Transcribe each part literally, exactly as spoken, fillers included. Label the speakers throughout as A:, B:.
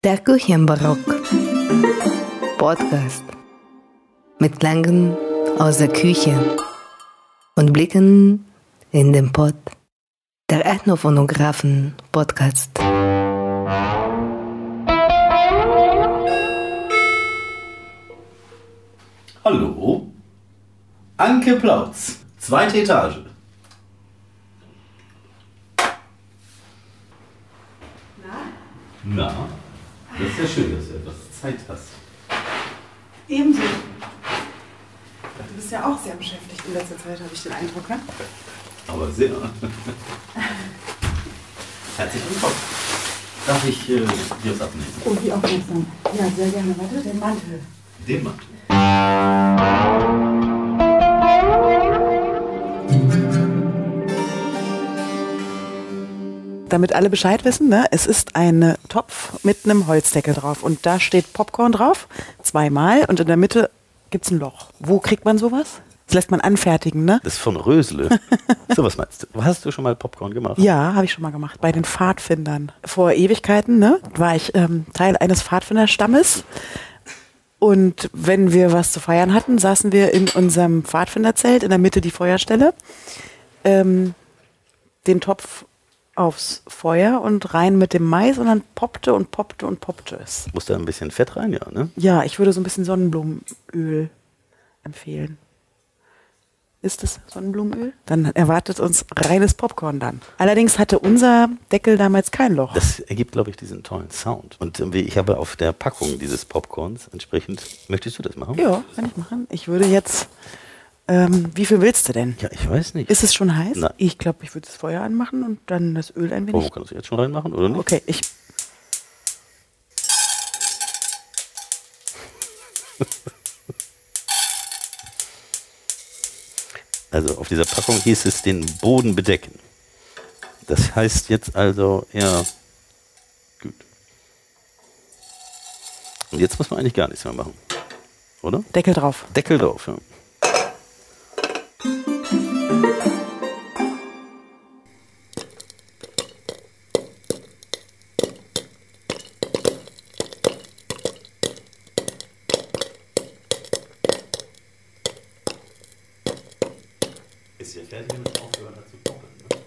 A: Der Küchenbarock Podcast mit Klängen aus der Küche und Blicken in den Pott. Der Ethnophonographen Podcast.
B: Hallo, Anke Plautz, zweite Etage. Na? Na, das ist ja schön, dass du etwas Zeit hast.
C: Ebenso. Du bist ja auch sehr beschäftigt in letzter Zeit, habe ich den Eindruck, ne?
B: Aber sehr. Herzlich willkommen. Darf ich äh, dir was abnehmen?
C: Oh, wie aufmerksam. Ja, sehr gerne. Warte, den Mantel.
B: Den Mantel.
C: Damit alle Bescheid wissen, ne? Es ist ein Topf mit einem Holzdeckel drauf und da steht Popcorn drauf, zweimal, und in der Mitte gibt es ein Loch. Wo kriegt man sowas? Das lässt man anfertigen, ne?
B: Das ist von Rösle. So, was meinst du? Hast du schon mal Popcorn gemacht?
C: Ja, habe ich schon mal gemacht, bei den Pfadfindern. Vor Ewigkeiten, ne, war ich ähm, Teil eines Pfadfinderstammes. Und wenn wir was zu feiern hatten, saßen wir in unserem Pfadfinderzelt, in der Mitte die Feuerstelle, ähm, den Topf aufs Feuer und rein mit dem Mais und dann poppte und poppte und poppte es.
B: Muss da ein bisschen Fett rein, ja, ne?
C: Ja, ich würde so ein bisschen Sonnenblumenöl empfehlen. Ist es Sonnenblumenöl? Dann erwartet uns reines Popcorn dann. Allerdings hatte unser Deckel damals kein Loch.
B: Das ergibt, glaube ich, diesen tollen Sound. Und äh, ich habe auf der Packung dieses Popcorns entsprechend, möchtest du das machen?
C: Ja, kann ich machen. Ich würde jetzt, ähm, wie viel willst du denn?
B: Ja, ich weiß nicht.
C: Ist es schon heiß?
B: Nein.
C: Ich glaube, ich würde das Feuer anmachen und dann das Öl ein
B: Oh,
C: wenig.
B: kann das jetzt schon reinmachen, oder nicht?
C: Okay, ich...
B: Also auf dieser Packung hieß es den Boden bedecken. Das heißt jetzt also, ja, gut. Und jetzt muss man eigentlich gar nichts mehr machen, oder?
C: Deckel drauf.
B: Deckel drauf, ja. Ist ja fertig, wenn es aufgehört hat zu poppen,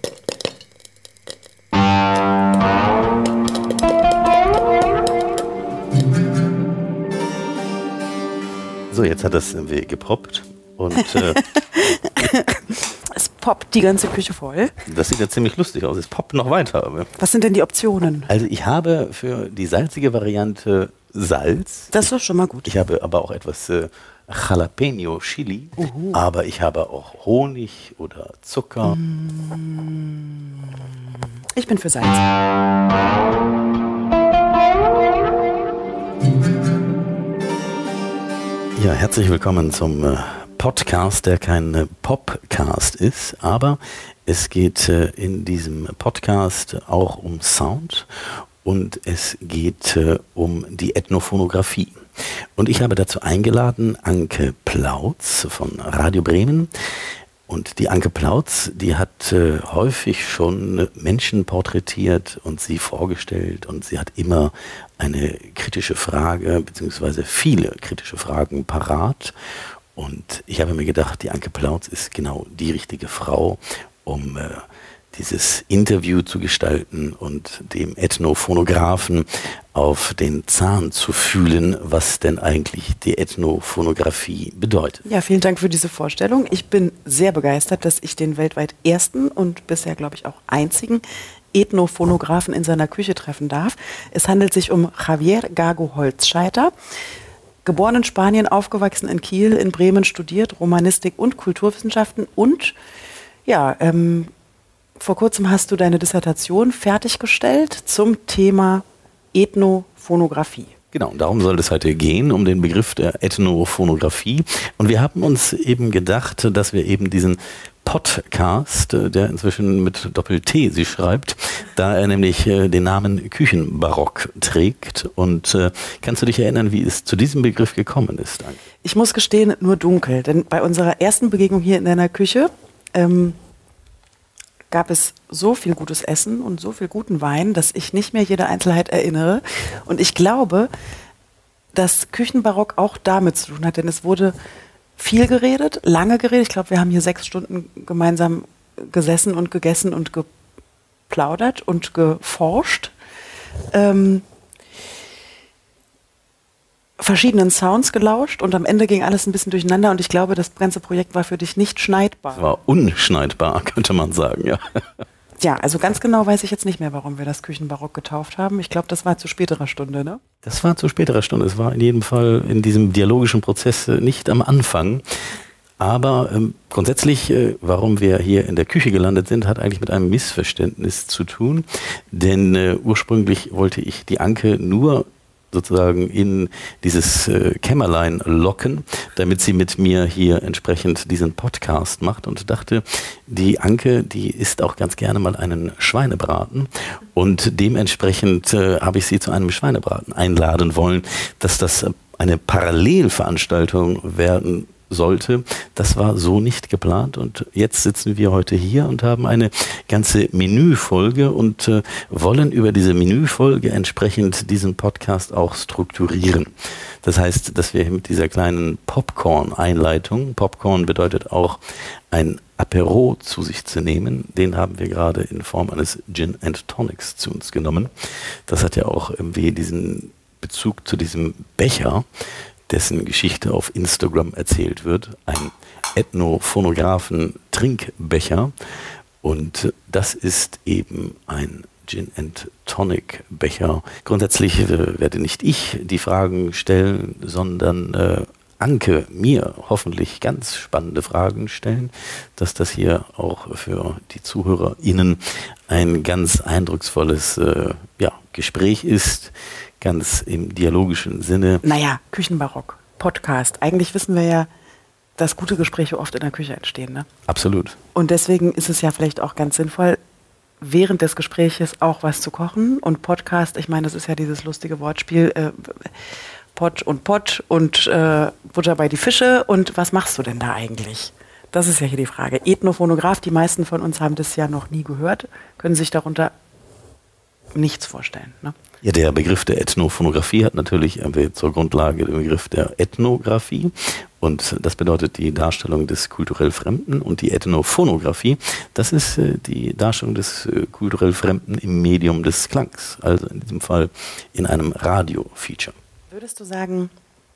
B: ne? So, jetzt hat das irgendwie gepoppt und äh,
C: Es poppt die ganze Küche voll.
B: das sieht ja ziemlich lustig aus. Es poppt noch weiter. Aber.
C: Was sind denn die Optionen?
B: Also ich habe für die salzige Variante Salz.
C: Das ist doch schon mal gut.
B: Ich habe aber auch etwas äh, Jalapeno Chili, aber ich habe auch Honig oder Zucker.
C: Ich bin für Salz.
B: Ja, herzlich willkommen zum äh, Podcast, der kein äh, Popcast ist, aber es geht äh, in diesem Podcast auch um Sound und es geht äh, um die Ethnophonographie. Und ich habe dazu eingeladen Anke Plautz von Radio Bremen. Und die Anke Plautz, die hat äh, häufig schon Menschen porträtiert und sie vorgestellt und sie hat immer eine kritische Frage beziehungsweise viele kritische Fragen parat. Und ich habe mir gedacht, die Anke Plautz ist genau die richtige Frau, um äh, dieses Interview zu gestalten und dem Ethnophonographen auf den Zahn zu fühlen, was denn eigentlich die Ethnophonographie bedeutet.
C: Ja, vielen Dank für diese Vorstellung. Ich bin sehr begeistert, dass ich den weltweit ersten und bisher, glaube ich, auch einzigen Ethnophonographen in seiner Küche treffen darf. Es handelt sich um Javier Gago Holzscheiter. Geboren in Spanien, aufgewachsen in Kiel, in Bremen studiert, Romanistik und Kulturwissenschaften und ja, ähm, vor kurzem hast du deine Dissertation fertiggestellt zum Thema Ethnophonographie.
B: Genau, und darum soll es heute gehen, um den Begriff der Ethnophonographie. Und wir haben uns eben gedacht, dass wir eben diesen Podcast, der inzwischen mit Doppel-T sie schreibt, da er nämlich den Namen Küchenbarock trägt. Und äh, kannst du dich erinnern, wie es zu diesem Begriff gekommen ist?
C: Ich muss gestehen, nur dunkel, denn bei unserer ersten Begegnung hier in deiner Küche ähm, gab es so viel gutes Essen und so viel guten Wein, dass ich nicht mehr jede Einzelheit erinnere. Und ich glaube, dass Küchenbarock auch damit zu tun hat, denn es wurde viel geredet, lange geredet. Ich glaube, wir haben hier sechs Stunden gemeinsam gesessen und gegessen und geplaudert und geforscht. Ähm, verschiedenen Sounds gelauscht und am Ende ging alles ein bisschen durcheinander und ich glaube, das ganze Projekt war für dich nicht schneidbar.
B: Es war unschneidbar, könnte man sagen, ja.
C: Ja, also ganz genau weiß ich jetzt nicht mehr, warum wir das Küchenbarock getauft haben. Ich glaube, das war zu späterer Stunde, ne?
B: Das war zu späterer Stunde. Es war in jedem Fall in diesem dialogischen Prozess nicht am Anfang. Aber ähm, grundsätzlich, äh, warum wir hier in der Küche gelandet sind, hat eigentlich mit einem Missverständnis zu tun. Denn äh, ursprünglich wollte ich die Anke nur sozusagen in dieses äh, Kämmerlein locken, damit sie mit mir hier entsprechend diesen Podcast macht und dachte, die Anke, die isst auch ganz gerne mal einen Schweinebraten und dementsprechend äh, habe ich sie zu einem Schweinebraten einladen wollen, dass das eine Parallelveranstaltung werden sollte. Das war so nicht geplant und jetzt sitzen wir heute hier und haben eine ganze Menüfolge und äh, wollen über diese Menüfolge entsprechend diesen Podcast auch strukturieren. Das heißt, dass wir mit dieser kleinen Popcorn-Einleitung, Popcorn bedeutet auch ein Apero zu sich zu nehmen, den haben wir gerade in Form eines Gin and Tonics zu uns genommen. Das hat ja auch irgendwie diesen Bezug zu diesem Becher, dessen Geschichte auf Instagram erzählt wird, ein Ethnophonographen-Trinkbecher und das ist eben ein Gin and Tonic Becher. Grundsätzlich äh, werde nicht ich die Fragen stellen, sondern äh, Anke mir hoffentlich ganz spannende Fragen stellen, dass das hier auch für die ZuhörerInnen ein ganz eindrucksvolles äh, ja, Gespräch ist, ganz im dialogischen Sinne.
C: Naja, Küchenbarock, Podcast. Eigentlich wissen wir ja, dass gute Gespräche oft in der Küche entstehen. Ne?
B: Absolut.
C: Und deswegen ist es ja vielleicht auch ganz sinnvoll, während des Gespräches auch was zu kochen. Und Podcast, ich meine, das ist ja dieses lustige Wortspiel, äh, Pott und Pott und äh, Butter bei die Fische. Und was machst du denn da eigentlich? Das ist ja hier die Frage. Ethnophonograph, die meisten von uns haben das ja noch nie gehört, können sich darunter nichts vorstellen. Ne?
B: Ja, der Begriff der Ethnophonographie hat natürlich zur Grundlage den Begriff der Ethnographie und das bedeutet die Darstellung des kulturell Fremden und die Ethnophonographie, das ist äh, die Darstellung des äh, kulturell Fremden im Medium des Klangs, also in diesem Fall in einem Radio-Feature.
C: Würdest du sagen,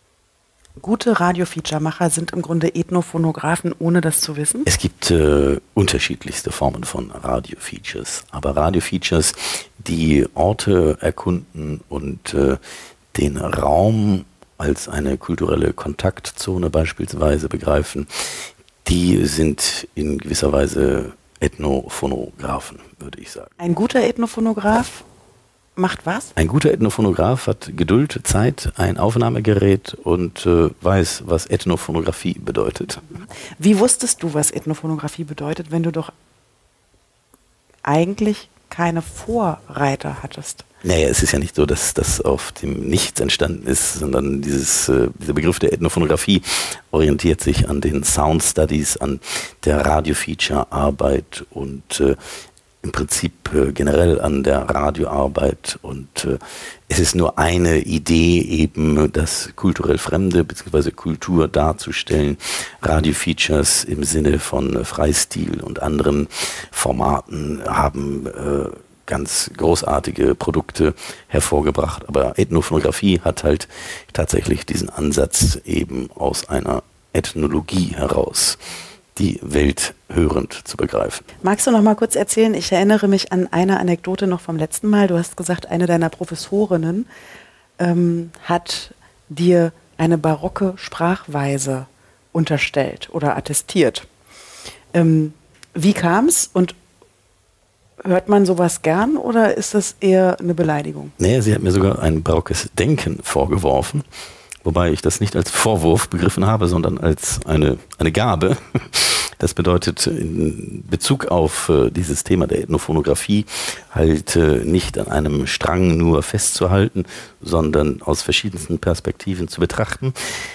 C: gute Radio-Feature-Macher sind im Grunde Ethnophonographen, ohne das zu wissen?
B: Es gibt äh, unterschiedlichste Formen von Radio-Features, aber Radio-Features, die Orte erkunden und äh, den Raum als eine kulturelle Kontaktzone beispielsweise begreifen, die sind in gewisser Weise Ethnophonographen, würde ich sagen.
C: Ein guter Ethnophonograph macht was?
B: Ein guter Ethnophonograph hat Geduld, Zeit, ein Aufnahmegerät und äh, weiß, was Ethnophonographie bedeutet.
C: Wie wusstest du, was Ethnophonographie bedeutet, wenn du doch eigentlich keine Vorreiter hattest?
B: Naja, es ist ja nicht so, dass das auf dem Nichts entstanden ist, sondern dieses, äh, dieser Begriff der Ethnophonographie orientiert sich an den Sound Studies, an der Radio-Feature-Arbeit und äh, im Prinzip äh, generell an der Radioarbeit und äh, es ist nur eine Idee eben, das kulturell Fremde bzw. Kultur darzustellen, Radio-Features im Sinne von äh, Freistil und anderen Formaten haben äh, ganz großartige Produkte hervorgebracht, aber Ethnophonographie hat halt tatsächlich diesen Ansatz eben aus einer Ethnologie heraus, die Welt hörend zu begreifen.
C: Magst du noch mal kurz erzählen, ich erinnere mich an eine Anekdote noch vom letzten Mal, du hast gesagt, eine deiner Professorinnen ähm, hat dir eine barocke Sprachweise unterstellt oder attestiert. Ähm, wie kam es und hört man sowas gern oder ist das eher eine Beleidigung?
B: Nee, sie hat mir sogar ein barockes Denken vorgeworfen, wobei ich das nicht als Vorwurf begriffen habe, sondern als eine, eine Gabe. Das bedeutet in Bezug auf äh, dieses Thema der Ethnophonographie halt äh, nicht an einem Strang nur festzuhalten, sondern aus verschiedensten Perspektiven zu betrachten.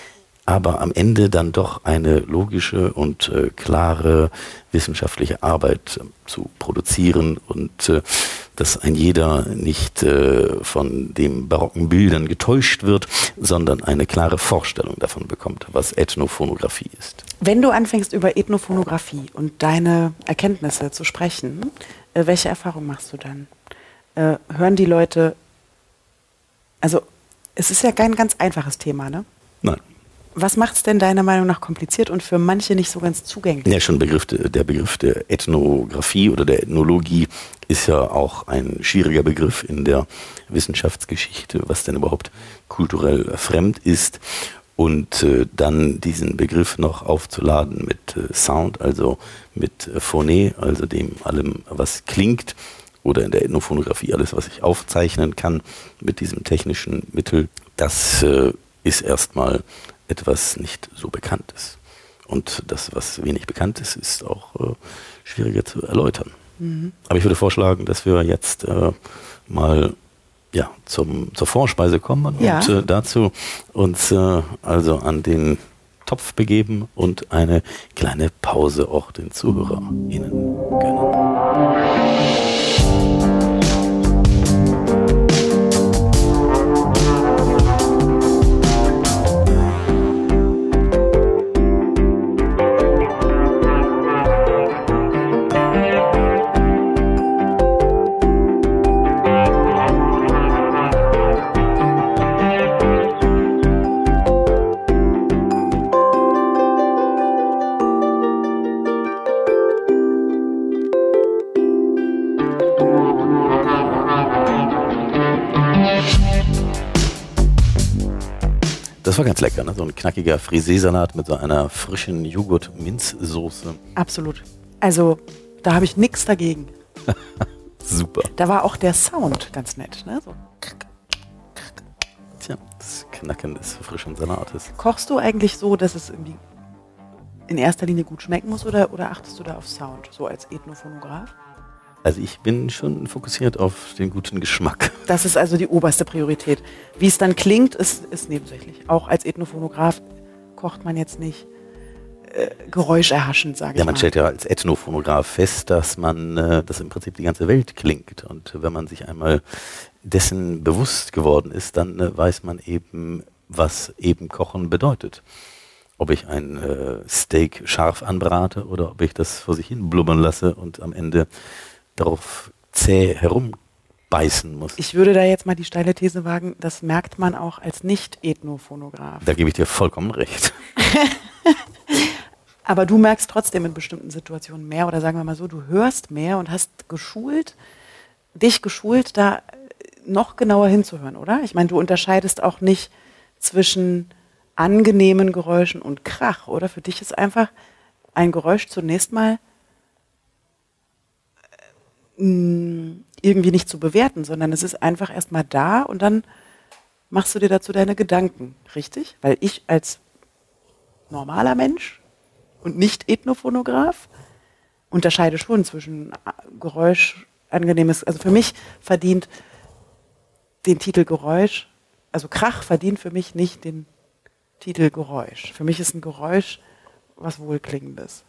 B: aber am Ende dann doch eine logische und äh, klare wissenschaftliche Arbeit äh, zu produzieren und äh, dass ein jeder nicht äh, von den barocken Bildern getäuscht wird, sondern eine klare Vorstellung davon bekommt, was Ethnophonographie ist.
C: Wenn du anfängst über Ethnophonographie und deine Erkenntnisse zu sprechen, äh, welche Erfahrung machst du dann? Äh, hören die Leute, also es ist ja kein ganz einfaches Thema, ne?
B: Nein.
C: Was macht es denn deiner Meinung nach kompliziert und für manche nicht so ganz zugänglich?
B: Ja, schon Begriff, der Begriff der Ethnographie oder der Ethnologie ist ja auch ein schwieriger Begriff in der Wissenschaftsgeschichte, was denn überhaupt kulturell fremd ist. Und äh, dann diesen Begriff noch aufzuladen mit äh, Sound, also mit äh, Phoné, also dem allem, was klingt, oder in der Ethnophonographie alles, was ich aufzeichnen kann mit diesem technischen Mittel, das äh, ist erstmal etwas nicht so Bekanntes. Und das, was wenig bekannt ist, ist auch äh, schwieriger zu erläutern. Mhm. Aber ich würde vorschlagen, dass wir jetzt äh, mal ja, zum, zur Vorspeise kommen ja. und äh, dazu uns äh, also an den Topf begeben und eine kleine Pause auch den ZuhörerInnen gönnen. Das war ganz lecker, ne? So ein knackiger Frisee-Salat mit so einer frischen Joghurt-Minzsoße.
C: Absolut. Also, da habe ich nichts dagegen.
B: Super.
C: Da war auch der Sound ganz nett, ne? So.
B: Tja, das Knacken des frischen Salates.
C: Kochst du eigentlich so, dass es irgendwie in erster Linie gut schmecken muss oder, oder achtest du da auf Sound, so als Ethnophonograf?
B: Also ich bin schon fokussiert auf den guten Geschmack.
C: Das ist also die oberste Priorität. Wie es dann klingt, ist, ist nebensächlich. Auch als Ethnophonograf kocht man jetzt nicht äh, geräuscherhaschend, sage ich mal.
B: Ja, man stellt ja als Ethnophonograf fest, dass man, äh, dass im Prinzip die ganze Welt klingt. Und wenn man sich einmal dessen bewusst geworden ist, dann äh, weiß man eben, was eben Kochen bedeutet. Ob ich ein äh, Steak scharf anbrate oder ob ich das vor sich hin blubbern lasse und am Ende darauf zäh herumbeißen muss.
C: Ich würde da jetzt mal die steile These wagen, das merkt man auch als Nicht-Ethnophonograf.
B: Da gebe ich dir vollkommen recht.
C: Aber du merkst trotzdem in bestimmten Situationen mehr, oder sagen wir mal so, du hörst mehr und hast geschult, dich geschult, da noch genauer hinzuhören, oder? Ich meine, du unterscheidest auch nicht zwischen angenehmen Geräuschen und Krach, oder? Für dich ist einfach ein Geräusch zunächst mal irgendwie nicht zu bewerten, sondern es ist einfach erstmal da und dann machst du dir dazu deine Gedanken, richtig? Weil ich als normaler Mensch und nicht Ethnophonograf unterscheide schon zwischen Geräusch, angenehmes, also für mich verdient den Titel Geräusch, also Krach verdient für mich nicht den Titel Geräusch. Für mich ist ein Geräusch was Wohlklingendes.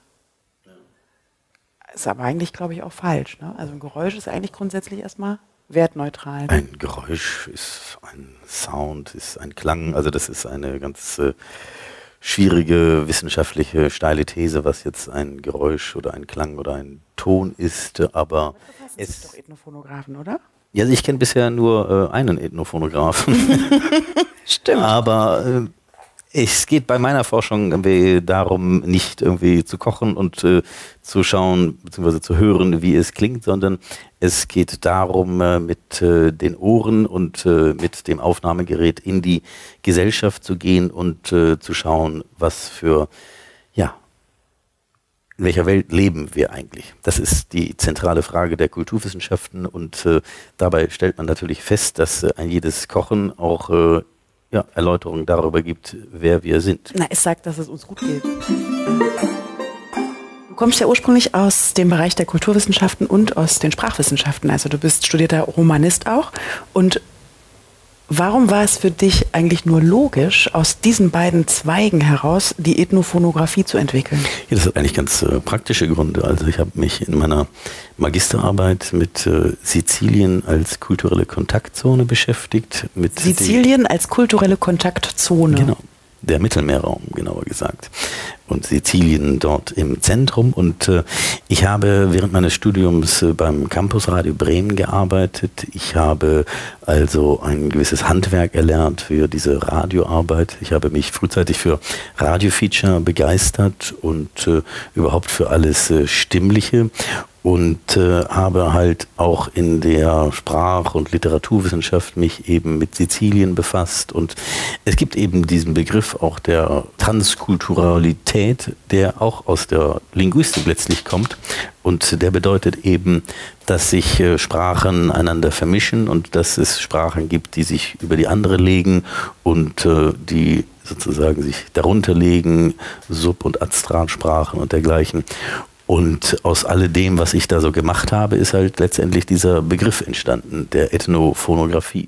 C: Ist aber eigentlich, glaube ich, auch falsch. Ne? Also ein Geräusch ist eigentlich grundsätzlich erstmal wertneutral.
B: Ein Geräusch ist ein Sound, ist ein Klang. Also das ist eine ganz äh, schwierige, wissenschaftliche, steile These, was jetzt ein Geräusch oder ein Klang oder ein Ton ist. Aber
C: es ist doch Ethnophonographen, oder?
B: Ja, also ich kenne bisher nur äh, einen Ethnophonographen.
C: Stimmt.
B: Aber äh, es geht bei meiner Forschung irgendwie darum, nicht irgendwie zu kochen und äh, zu schauen bzw. zu hören, wie es klingt, sondern es geht darum, äh, mit äh, den Ohren und äh, mit dem Aufnahmegerät in die Gesellschaft zu gehen und äh, zu schauen, was für, ja, in welcher Welt leben wir eigentlich? Das ist die zentrale Frage der Kulturwissenschaften und äh, dabei stellt man natürlich fest, dass äh, ein jedes Kochen auch äh, ja, Erläuterungen darüber gibt, wer wir sind.
C: Na, es sagt, dass es uns gut geht. Du kommst ja ursprünglich aus dem Bereich der Kulturwissenschaften und aus den Sprachwissenschaften. Also du bist studierter Romanist auch. Und Warum war es für dich eigentlich nur logisch, aus diesen beiden Zweigen heraus die Ethnophonographie zu entwickeln?
B: Ja, das hat eigentlich ganz äh, praktische Gründe. Also ich habe mich in meiner Magisterarbeit mit äh, Sizilien als kulturelle Kontaktzone beschäftigt. Mit
C: Sizilien als kulturelle Kontaktzone?
B: Genau. Der Mittelmeerraum, genauer gesagt. Und Sizilien dort im Zentrum. Und äh, ich habe während meines Studiums äh, beim Campusradio Bremen gearbeitet. Ich habe also ein gewisses Handwerk erlernt für diese Radioarbeit. Ich habe mich frühzeitig für Radiofeature begeistert und äh, überhaupt für alles äh, Stimmliche. Und äh, habe halt auch in der Sprach- und Literaturwissenschaft mich eben mit Sizilien befasst. Und es gibt eben diesen Begriff auch der Transkulturalität, der auch aus der Linguistik letztlich kommt. Und der bedeutet eben, dass sich äh, Sprachen einander vermischen und dass es Sprachen gibt, die sich über die andere legen und äh, die sozusagen sich darunter legen, Sub- und Adstransprachen und dergleichen. Und aus alledem, was ich da so gemacht habe, ist halt letztendlich dieser Begriff entstanden, der Ethnophonographie.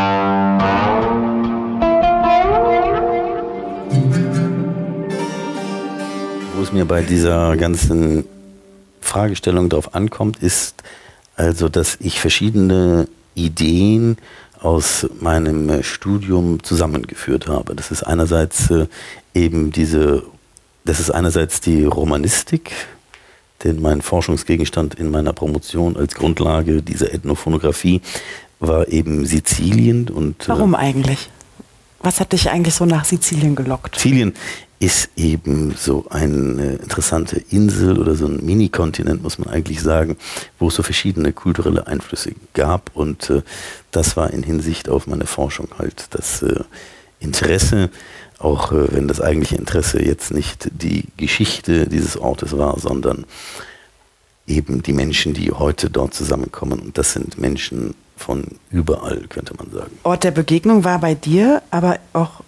B: Wo es mir bei dieser ganzen Fragestellung drauf ankommt, ist also, dass ich verschiedene Ideen aus meinem Studium zusammengeführt habe. Das ist einerseits äh, eben diese, das ist einerseits die Romanistik, denn mein Forschungsgegenstand in meiner Promotion als Grundlage dieser Ethnophonographie war eben Sizilien. Und
C: warum eigentlich? Was hat dich eigentlich so nach Sizilien gelockt?
B: Sizilien ist eben so eine interessante Insel oder so ein Mini-Kontinent, muss man eigentlich sagen, wo es so verschiedene kulturelle Einflüsse gab. Und äh, das war in Hinsicht auf meine Forschung halt das äh, Interesse, auch äh, wenn das eigentliche Interesse jetzt nicht die Geschichte dieses Ortes war, sondern eben die Menschen, die heute dort zusammenkommen. Und das sind Menschen von überall, könnte man sagen.
C: Ort der Begegnung war bei dir, aber auch,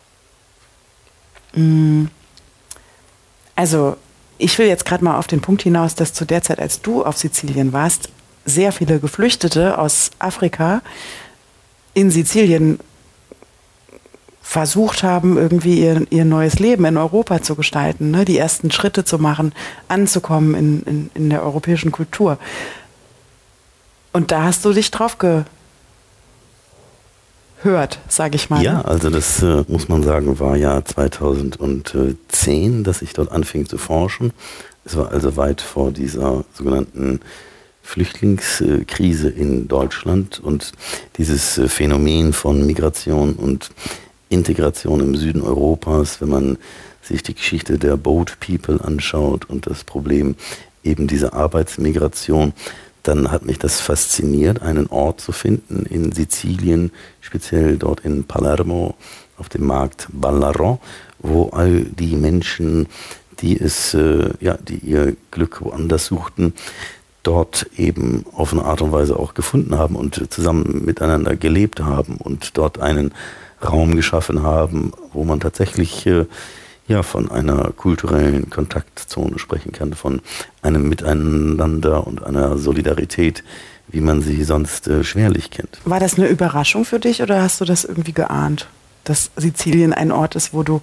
C: mh, also ich will jetzt gerade mal auf den Punkt hinaus, dass zu der Zeit, als du auf Sizilien warst, sehr viele Geflüchtete aus Afrika in Sizilien versucht haben, irgendwie ihr, ihr neues Leben in Europa zu gestalten, ne? Die ersten Schritte zu machen, anzukommen in, in, in der europäischen Kultur. Und da hast du dich drauf gehört, sage ich mal.
B: Ja, also das äh, muss man sagen, war ja zweitausendzehn, dass ich dort anfing zu forschen. Es war also weit vor dieser sogenannten Flüchtlingskrise in Deutschland und dieses äh, Phänomen von Migration und Integration im Süden Europas, wenn man sich die Geschichte der Boat People anschaut und das Problem eben dieser Arbeitsmigration, dann hat mich das fasziniert, einen Ort zu finden in Sizilien, speziell dort in Palermo, auf dem Markt Ballarò, wo all die Menschen, die es, äh, ja, die ihr Glück woanders suchten, dort eben auf eine Art und Weise auch gefunden haben und zusammen miteinander gelebt haben und dort einen Raum geschaffen haben, wo man tatsächlich äh, ja, von einer kulturellen Kontaktzone sprechen kann, von einem Miteinander und einer Solidarität, wie man sie sonst äh, schwerlich kennt.
C: War das eine Überraschung für dich oder hast du das irgendwie geahnt, dass Sizilien ein Ort ist, wo du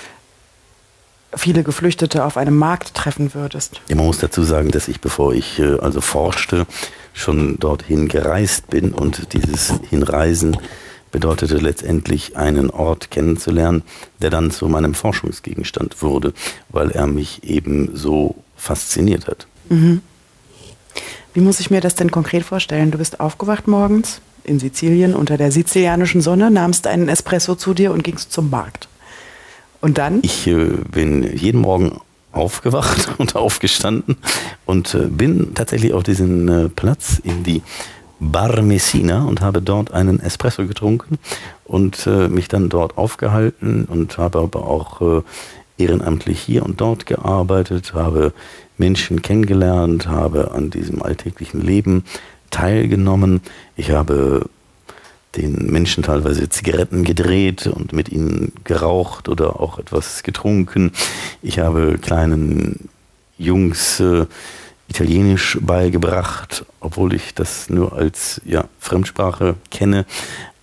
C: viele Geflüchtete auf einem Markt treffen würdest?
B: Ja, man muss dazu sagen, dass ich, bevor ich äh, also forschte, schon dorthin gereist bin und dieses Hinreisen bedeutete letztendlich einen Ort kennenzulernen, der dann zu meinem Forschungsgegenstand wurde, weil er mich eben so fasziniert hat.
C: Mhm. Wie muss ich mir das denn konkret vorstellen? Du bist aufgewacht morgens in Sizilien unter der sizilianischen Sonne, nahmst einen Espresso zu dir und gingst zum Markt. Und dann?
B: Ich äh, bin jeden Morgen aufgewacht und aufgestanden und äh, bin tatsächlich auf diesen äh, Platz in die Bar Messina und habe dort einen Espresso getrunken und äh, mich dann dort aufgehalten und habe aber auch äh, ehrenamtlich hier und dort gearbeitet, habe Menschen kennengelernt, habe an diesem alltäglichen Leben teilgenommen. Ich habe den Menschen teilweise Zigaretten gedreht und mit ihnen geraucht oder auch etwas getrunken. Ich habe kleinen Jungs äh, Italienisch beigebracht, obwohl ich das nur als ja, Fremdsprache kenne.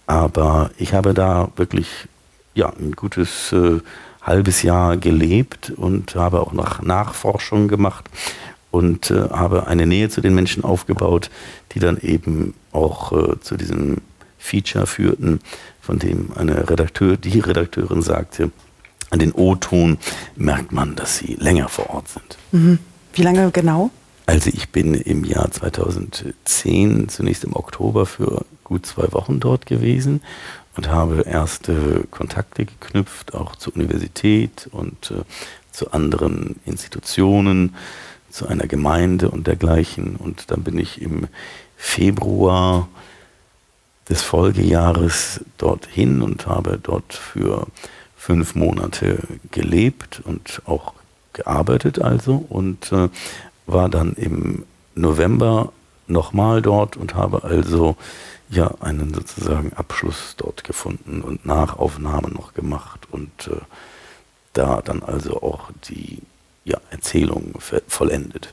B: Aber ich habe da wirklich ja, ein gutes äh, halbes Jahr gelebt und habe auch noch Nachforschung gemacht und äh, habe eine Nähe zu den Menschen aufgebaut, die dann eben auch äh, zu diesem Feature führten, von dem eine Redakteur, die Redakteurin sagte, an den O-Ton merkt man, dass sie länger vor Ort sind.
C: Mhm. Wie lange genau?
B: Also ich bin im Jahr zweitausendzehn zunächst im Oktober für gut zwei Wochen dort gewesen und habe erste Kontakte geknüpft, auch zur Universität und äh, zu anderen Institutionen, zu einer Gemeinde und dergleichen. Und dann bin ich im Februar des Folgejahres dorthin und habe dort für fünf Monate gelebt und auch gearbeitet also und äh, war dann im November nochmal dort und habe also ja einen sozusagen Abschluss dort gefunden und Nachaufnahmen noch gemacht und äh, da dann also auch die ja, Erzählung vollendet.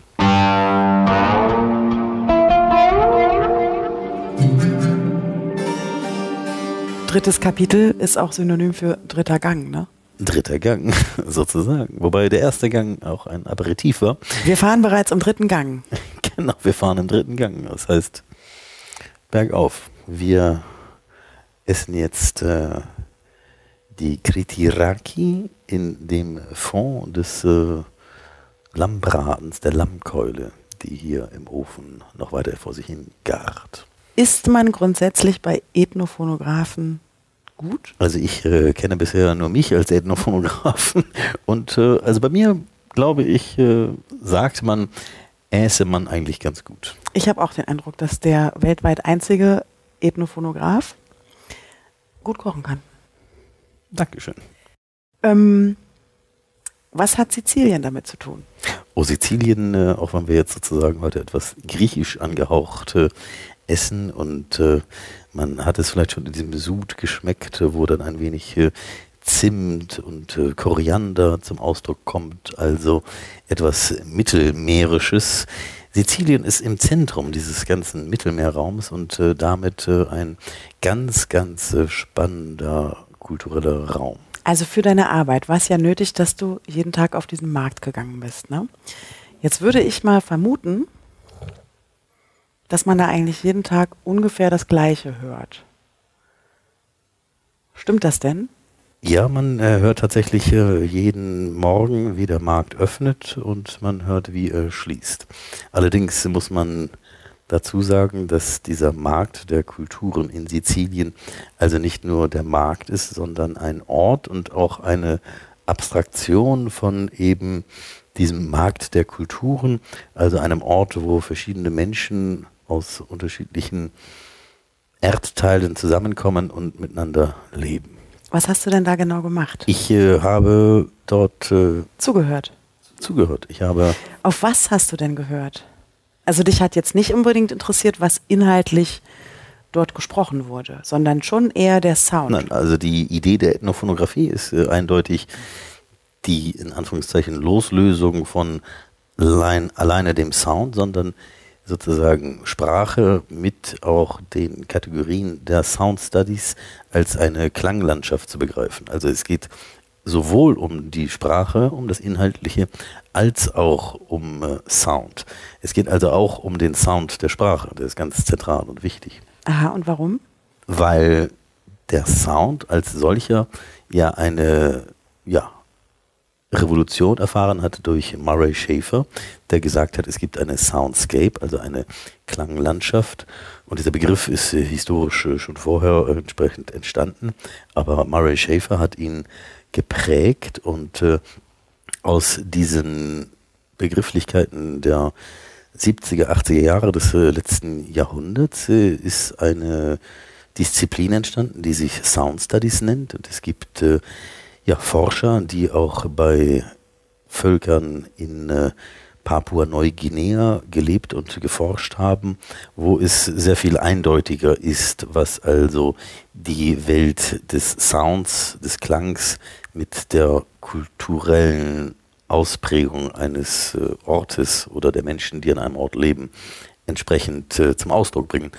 C: Drittes Kapitel ist auch synonym für dritter Gang, ne?
B: Dritter Gang, sozusagen. Wobei der erste Gang auch ein Aperitif war.
C: Wir fahren bereits im dritten Gang.
B: Genau, wir fahren im dritten Gang. Das heißt, bergauf. Wir essen jetzt äh, die Kritiraki in dem Fond des äh, Lammbratens, der Lammkeule, die hier im Ofen noch weiter vor sich hin gart.
C: Ist man grundsätzlich bei Ethnophonographen gut?
B: Also ich äh, kenne bisher nur mich als Ethnophonographen und äh, also bei mir, glaube ich, äh, sagt man, äße man eigentlich ganz gut.
C: Ich habe auch den Eindruck, dass der weltweit einzige Ethnophonograph gut kochen kann.
B: Dankeschön.
C: Ähm, was hat Sizilien damit zu tun?
B: Oh, Sizilien, äh, auch wenn wir jetzt sozusagen heute etwas griechisch angehaucht äh, essen und äh, man hat es vielleicht schon in diesem Sud geschmeckt, wo dann ein wenig äh, Zimt und äh, Koriander zum Ausdruck kommt, also etwas Mittelmeerisches. Sizilien ist im Zentrum dieses ganzen Mittelmeerraums und äh, damit äh, ein ganz, ganz äh, spannender kultureller Raum.
C: Also für deine Arbeit war es ja nötig, dass du jeden Tag auf diesen Markt gegangen bist, ne? Jetzt würde ich mal vermuten, dass man da eigentlich jeden Tag ungefähr das Gleiche hört. Stimmt das denn?
B: Ja, man äh, hört tatsächlich äh, jeden Morgen, wie der Markt öffnet und man hört, wie er schließt. Allerdings muss man dazu sagen, dass dieser Markt der Kulturen in Sizilien also nicht nur der Markt ist, sondern ein Ort und auch eine Abstraktion von eben diesem Markt der Kulturen, also einem Ort, wo verschiedene Menschen aus unterschiedlichen Erdteilen zusammenkommen und miteinander leben.
C: Was hast du denn da genau gemacht?
B: Ich äh, habe dort äh,
C: Zugehört.
B: zugehört. Ich habe
C: Auf was hast du denn gehört? Also dich hat jetzt nicht unbedingt interessiert, was inhaltlich dort gesprochen wurde, sondern schon eher der Sound.
B: Nein, also die Idee der Ethnophonographie ist äh, eindeutig die in Anführungszeichen Loslösung von allein, alleine dem Sound, sondern sozusagen Sprache mit auch den Kategorien der Sound Studies als eine Klanglandschaft zu begreifen. Also es geht sowohl um die Sprache, um das Inhaltliche, als auch um äh, Sound. Es geht also auch um den Sound der Sprache, der ist ganz zentral und wichtig.
C: Aha, und warum?
B: Weil der Sound als solcher ja eine, ja, Revolution erfahren hat durch Murray Schafer, der gesagt hat, es gibt eine Soundscape, also eine Klanglandschaft. Und dieser Begriff ist äh, historisch äh, schon vorher äh, entsprechend entstanden, aber Murray Schafer hat ihn geprägt und äh, aus diesen Begrifflichkeiten der siebziger, achtziger Jahre des äh, letzten Jahrhunderts äh, ist eine Disziplin entstanden, die sich Sound Studies nennt. Und es gibt äh, ja, Forscher, die auch bei Völkern in äh, Papua-Neuguinea gelebt und geforscht haben, wo es sehr viel eindeutiger ist, was also die Welt des Sounds, des Klangs mit der kulturellen Ausprägung eines äh, Ortes oder der Menschen, die an einem Ort leben, entsprechend äh, zum Ausdruck bringen.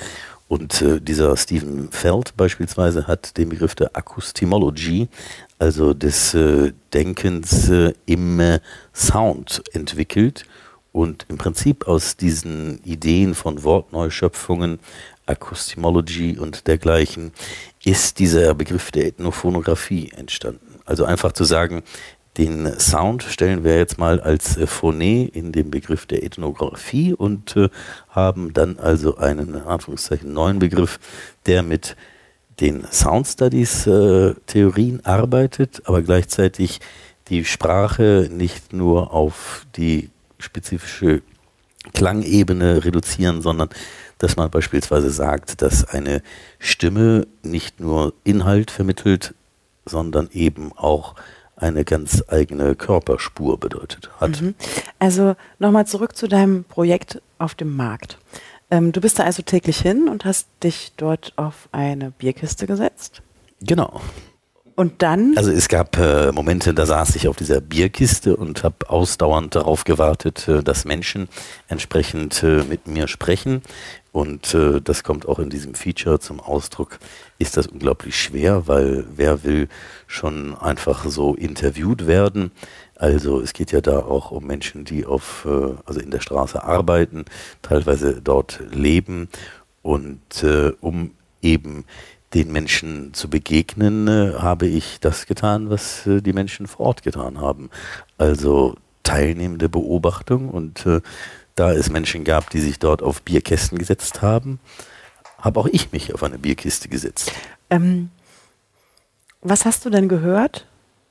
B: Und äh, dieser Stephen Feld beispielsweise hat den Begriff der Acoustimology, also des äh, Denkens äh, im äh, Sound entwickelt und im Prinzip aus diesen Ideen von Wortneuschöpfungen, Acoustimology und dergleichen, ist dieser Begriff der Ethnophonographie entstanden. Also einfach zu sagen, den Sound stellen wir jetzt mal als äh, Phoné in den Begriff der Ethnographie und äh, haben dann also einen, in Anführungszeichen, neuen Begriff, der mit den Sound Studies äh, Theorien arbeitet, aber gleichzeitig die Sprache nicht nur auf die spezifische Klangebene reduzieren, sondern dass man beispielsweise sagt, dass eine Stimme nicht nur Inhalt vermittelt, sondern eben auch eine ganz eigene Körperspur bedeutet hat.
C: Mhm. Also nochmal zurück zu deinem Projekt auf dem Markt. Ähm, du bist da also täglich hin und hast dich dort auf eine Bierkiste gesetzt?
B: Genau.
C: Und dann?
B: Also es gab äh, Momente, da saß ich auf dieser Bierkiste und habe ausdauernd darauf gewartet, äh, dass Menschen entsprechend äh, mit mir sprechen. Und äh, das kommt auch in diesem Feature zum Ausdruck, ist das unglaublich schwer, weil wer will schon einfach so interviewt werden? Also es geht ja da auch um Menschen, die auf, äh, also in der Straße arbeiten, teilweise dort leben und äh, um eben den Menschen zu begegnen, äh, habe ich das getan, was äh, die Menschen vor Ort getan haben. Also teilnehmende Beobachtung und äh, da es Menschen gab, die sich dort auf Bierkästen gesetzt haben, habe auch ich mich auf eine Bierkiste gesetzt.
C: Ähm, was hast du denn gehört,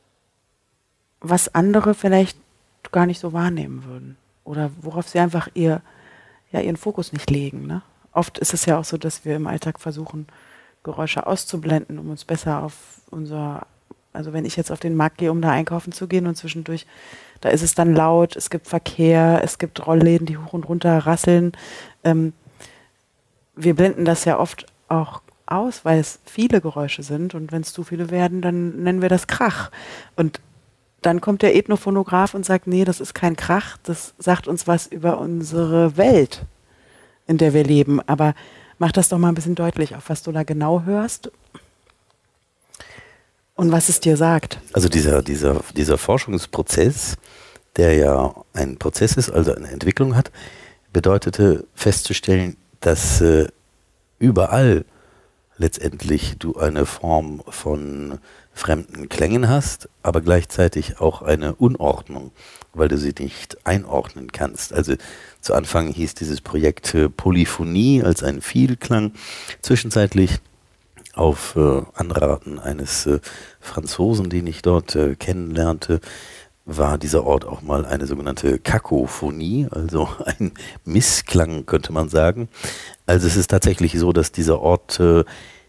C: was andere vielleicht gar nicht so wahrnehmen würden? Oder worauf sie einfach ihr, ja, ihren Fokus nicht legen, ne? Oft ist es ja auch so, dass wir im Alltag versuchen, Geräusche auszublenden, um uns besser auf unser, also wenn ich jetzt auf den Markt gehe, um da einkaufen zu gehen und zwischendurch, da ist es dann laut, es gibt Verkehr, es gibt Rollläden, die hoch und runter rasseln. Ähm, wir blenden das ja oft auch aus, weil es viele Geräusche sind und wenn es zu viele werden, dann nennen wir das Krach. Und dann kommt der Ethnophonograph und sagt, nee, das ist kein Krach, das sagt uns was über unsere Welt, in der wir leben. Aber mach das doch mal ein bisschen deutlich, auf was du da genau hörst und was es dir sagt.
B: Also dieser, dieser, dieser Forschungsprozess, der ja ein Prozess ist, also eine Entwicklung hat, bedeutete festzustellen, dass äh, überall letztendlich du eine Form von fremden Klängen hast, aber gleichzeitig auch eine Unordnung, weil du sie nicht einordnen kannst. Also zu Anfang hieß dieses Projekt äh, Polyphonie als ein Vielklang. Zwischenzeitlich auf äh, Anraten eines äh, Franzosen, den ich dort äh, kennenlernte, war dieser Ort auch mal eine sogenannte Kakophonie, also ein Missklang, könnte man sagen. Also es ist tatsächlich so, dass dieser Ort äh,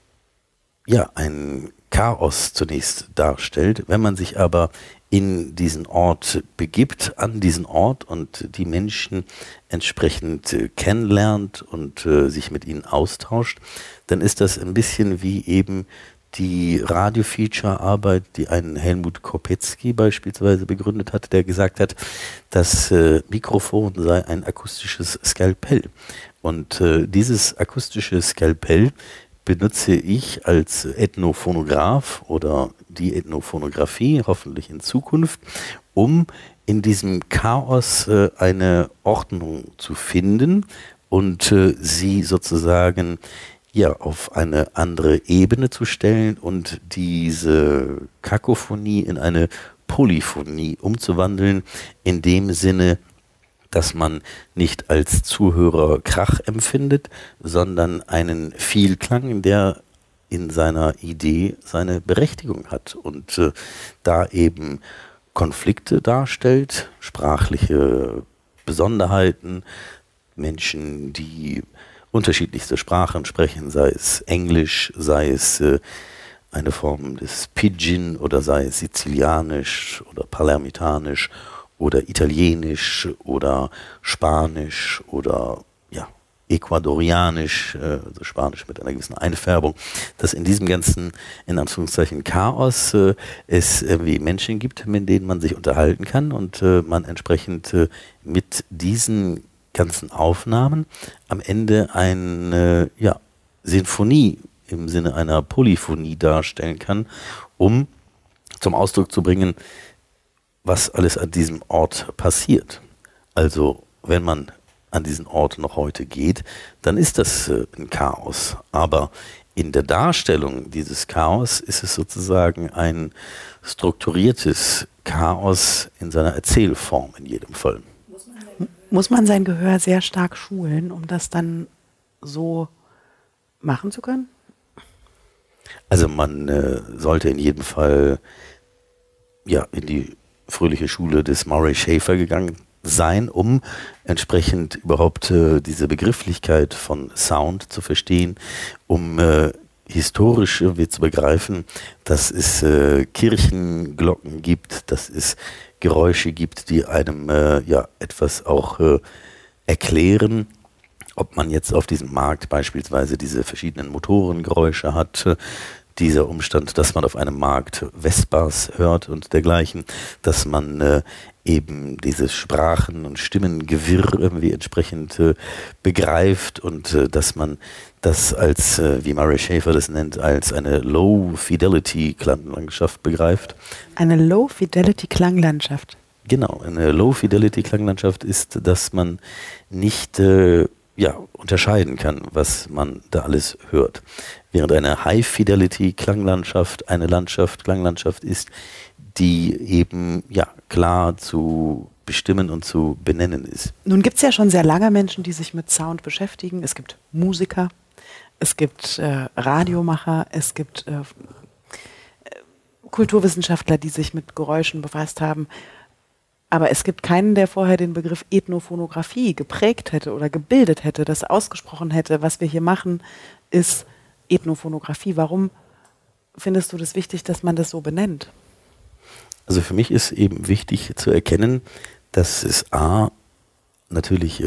B: ja ein Chaos zunächst darstellt. Wenn man sich aber in diesen Ort begibt, an diesen Ort und die Menschen entsprechend äh, kennenlernt und äh, sich mit ihnen austauscht, dann ist das ein bisschen wie eben die Radio-Feature-Arbeit, die ein Helmut Kopetzky beispielsweise begründet hat, der gesagt hat, das äh, Mikrofon sei ein akustisches Skalpell. Und äh, dieses akustische Skalpell benutze ich als Ethnophonograph oder die Ethnophonographie, hoffentlich in Zukunft, um in diesem Chaos äh, eine Ordnung zu finden und äh, sie sozusagen ja auf eine andere Ebene zu stellen und diese Kakophonie in eine Polyphonie umzuwandeln, in dem Sinne, dass man nicht als Zuhörer Krach empfindet, sondern einen Vielklang, der in seiner Idee seine Berechtigung hat und äh, da eben Konflikte darstellt, sprachliche Besonderheiten, Menschen, die unterschiedlichste Sprachen sprechen, sei es Englisch, sei es äh, eine Form des Pidgin oder sei es Sizilianisch oder Palermitanisch oder Italienisch oder Spanisch oder ja, Ecuadorianisch, äh, also Spanisch mit einer gewissen Einfärbung, dass in diesem ganzen, in Anführungszeichen, Chaos äh, es irgendwie Menschen gibt, mit denen man sich unterhalten kann und äh, man entsprechend äh, mit diesen ganzen Aufnahmen am Ende ein äh, ja, Sinfonie im Sinne einer Polyphonie darstellen kann, um zum Ausdruck zu bringen, was alles an diesem Ort passiert. Also wenn man an diesen Ort noch heute geht, dann ist das äh, ein Chaos. Aber in der Darstellung dieses Chaos ist es sozusagen ein strukturiertes Chaos in seiner Erzählform in jedem Fall.
C: Muss man sein Gehör sehr stark schulen, um das dann so machen zu können?
B: Also man äh, sollte in jedem Fall ja in die fröhliche Schule des Murray Schafer gegangen sein, um entsprechend überhaupt äh, diese Begrifflichkeit von Sound zu verstehen, um äh, historisch irgendwie zu begreifen, dass es äh, Kirchenglocken gibt, dass es Geräusche gibt, die einem äh, ja etwas auch äh, erklären, ob man jetzt auf diesem Markt beispielsweise diese verschiedenen Motorengeräusche hat, äh, dieser Umstand, dass man auf einem Markt Vespas hört und dergleichen, dass man äh, eben dieses Sprachen- und Stimmengewirr irgendwie entsprechend äh, begreift und äh, dass man das als, äh, wie Murray Schafer das nennt, als eine Low-Fidelity-Klanglandschaft begreift.
C: Eine Low-Fidelity-Klanglandschaft.
B: Genau, eine Low-Fidelity-Klanglandschaft ist, dass man nicht äh, ja, unterscheiden kann, was man da alles hört. Während eine High-Fidelity-Klanglandschaft eine Landschaft, Klanglandschaft ist, die eben ja klar zu bestimmen und zu benennen ist.
C: Nun gibt es ja schon sehr lange Menschen, die sich mit Sound beschäftigen. Es gibt Musiker, es gibt äh, Radiomacher, es gibt äh, Kulturwissenschaftler, die sich mit Geräuschen befasst haben. Aber es gibt keinen, der vorher den Begriff Ethnophonographie geprägt hätte oder gebildet hätte, das ausgesprochen hätte. Was wir hier machen, ist Ethnophonographie. Warum findest du das wichtig, dass man das so benennt?
B: Also für mich ist eben wichtig zu erkennen, dass es a, natürlich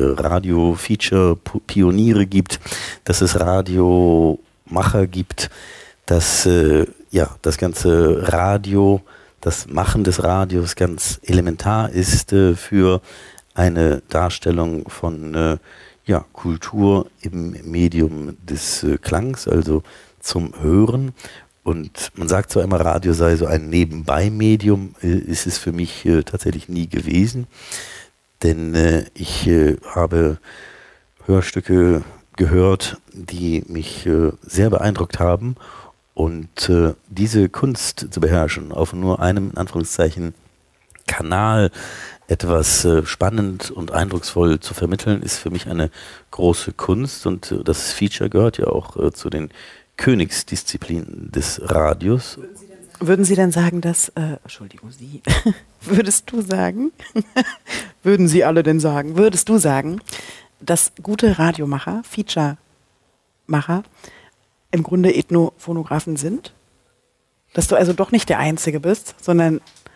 B: Radio-Feature-Pioniere gibt, dass es Radiomacher gibt, dass äh, ja, das ganze Radio, das Machen des Radios ganz elementar ist äh, für eine Darstellung von äh, ja, Kultur im Medium des äh, Klangs, also zum Hören. Und man sagt zwar immer, Radio sei so ein Nebenbei-Medium, äh, ist es für mich äh, tatsächlich nie gewesen, denn äh, ich äh, habe Hörstücke gehört, die mich äh, sehr beeindruckt haben. Und äh, diese Kunst zu beherrschen, auf nur einem, in Anführungszeichen, Kanal etwas äh, spannend und eindrucksvoll zu vermitteln, ist für mich eine große Kunst. Und äh, das Feature gehört ja auch äh, zu den Königsdisziplinen des Radios.
C: Würden Sie denn sagen, dass, äh, Entschuldigung, Sie, würdest du sagen, würden Sie alle denn sagen, würdest du sagen, dass gute Radiomacher, Feature-Macher, im Grunde Ethnophonographen sind? Dass du also doch nicht der Einzige bist, sondern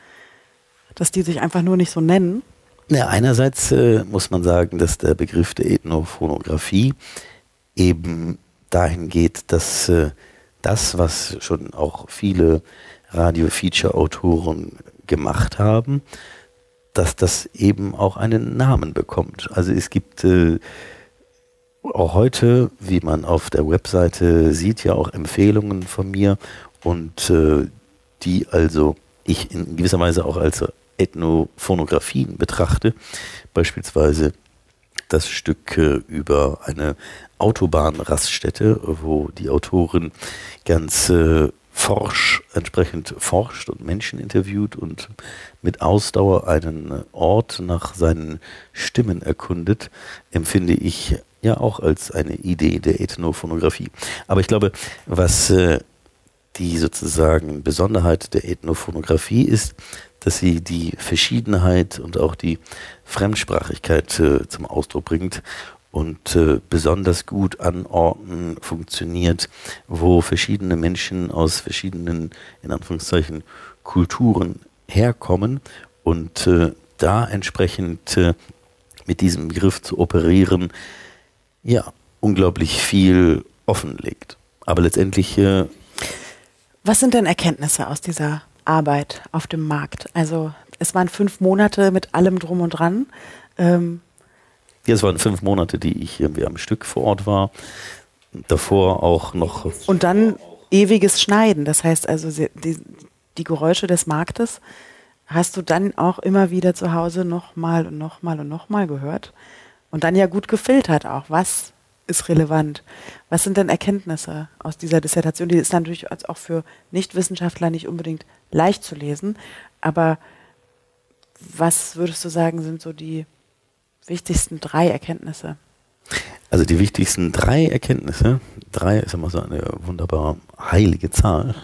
C: dass die sich einfach nur nicht so nennen?
B: Ja, einerseits äh, muss man sagen, dass der Begriff der Ethnophonographie eben dahin geht, dass äh, das, was schon auch viele Radio-Feature-Autoren gemacht haben, dass das eben auch einen Namen bekommt. Also es gibt äh, auch heute, wie man auf der Webseite sieht, ja auch Empfehlungen von mir und äh, die also ich in gewisser Weise auch als Ethnophonografien betrachte. Beispielsweise das Stück äh, über eine Autobahnraststätte, wo die Autorin ganz äh, forsch, entsprechend forscht und Menschen interviewt und mit Ausdauer einen Ort nach seinen Stimmen erkundet, empfinde ich ja auch als eine Idee der Ethnophonographie. Aber ich glaube, was äh, die sozusagen Besonderheit der Ethnophonographie ist, dass sie die Verschiedenheit und auch die Fremdsprachigkeit äh, zum Ausdruck bringt und äh, besonders gut an Orten funktioniert, wo verschiedene Menschen aus verschiedenen, in Anführungszeichen, Kulturen herkommen und äh, da entsprechend äh, mit diesem Begriff zu operieren, ja, unglaublich viel offenlegt. Aber letztendlich... Äh,
C: Was sind denn Erkenntnisse aus dieser Arbeit auf dem Markt? Also es waren fünf Monate mit allem drum und dran. Ähm
B: Ja, es waren fünf Monate, die ich irgendwie am Stück vor Ort war. davor auch noch...
C: Und dann ewiges Schneiden. Das heißt also, die, die Geräusche des Marktes hast du dann auch immer wieder zu Hause nochmal und nochmal und nochmal gehört. Und dann ja gut gefiltert auch. Was ist relevant? Was sind denn Erkenntnisse aus dieser Dissertation? Die ist natürlich auch für Nichtwissenschaftler nicht unbedingt leicht zu lesen. Aber was würdest du sagen, sind so die wichtigsten drei Erkenntnisse?
B: Also die wichtigsten drei Erkenntnisse, drei ist immer so eine wunderbar heilige Zahl.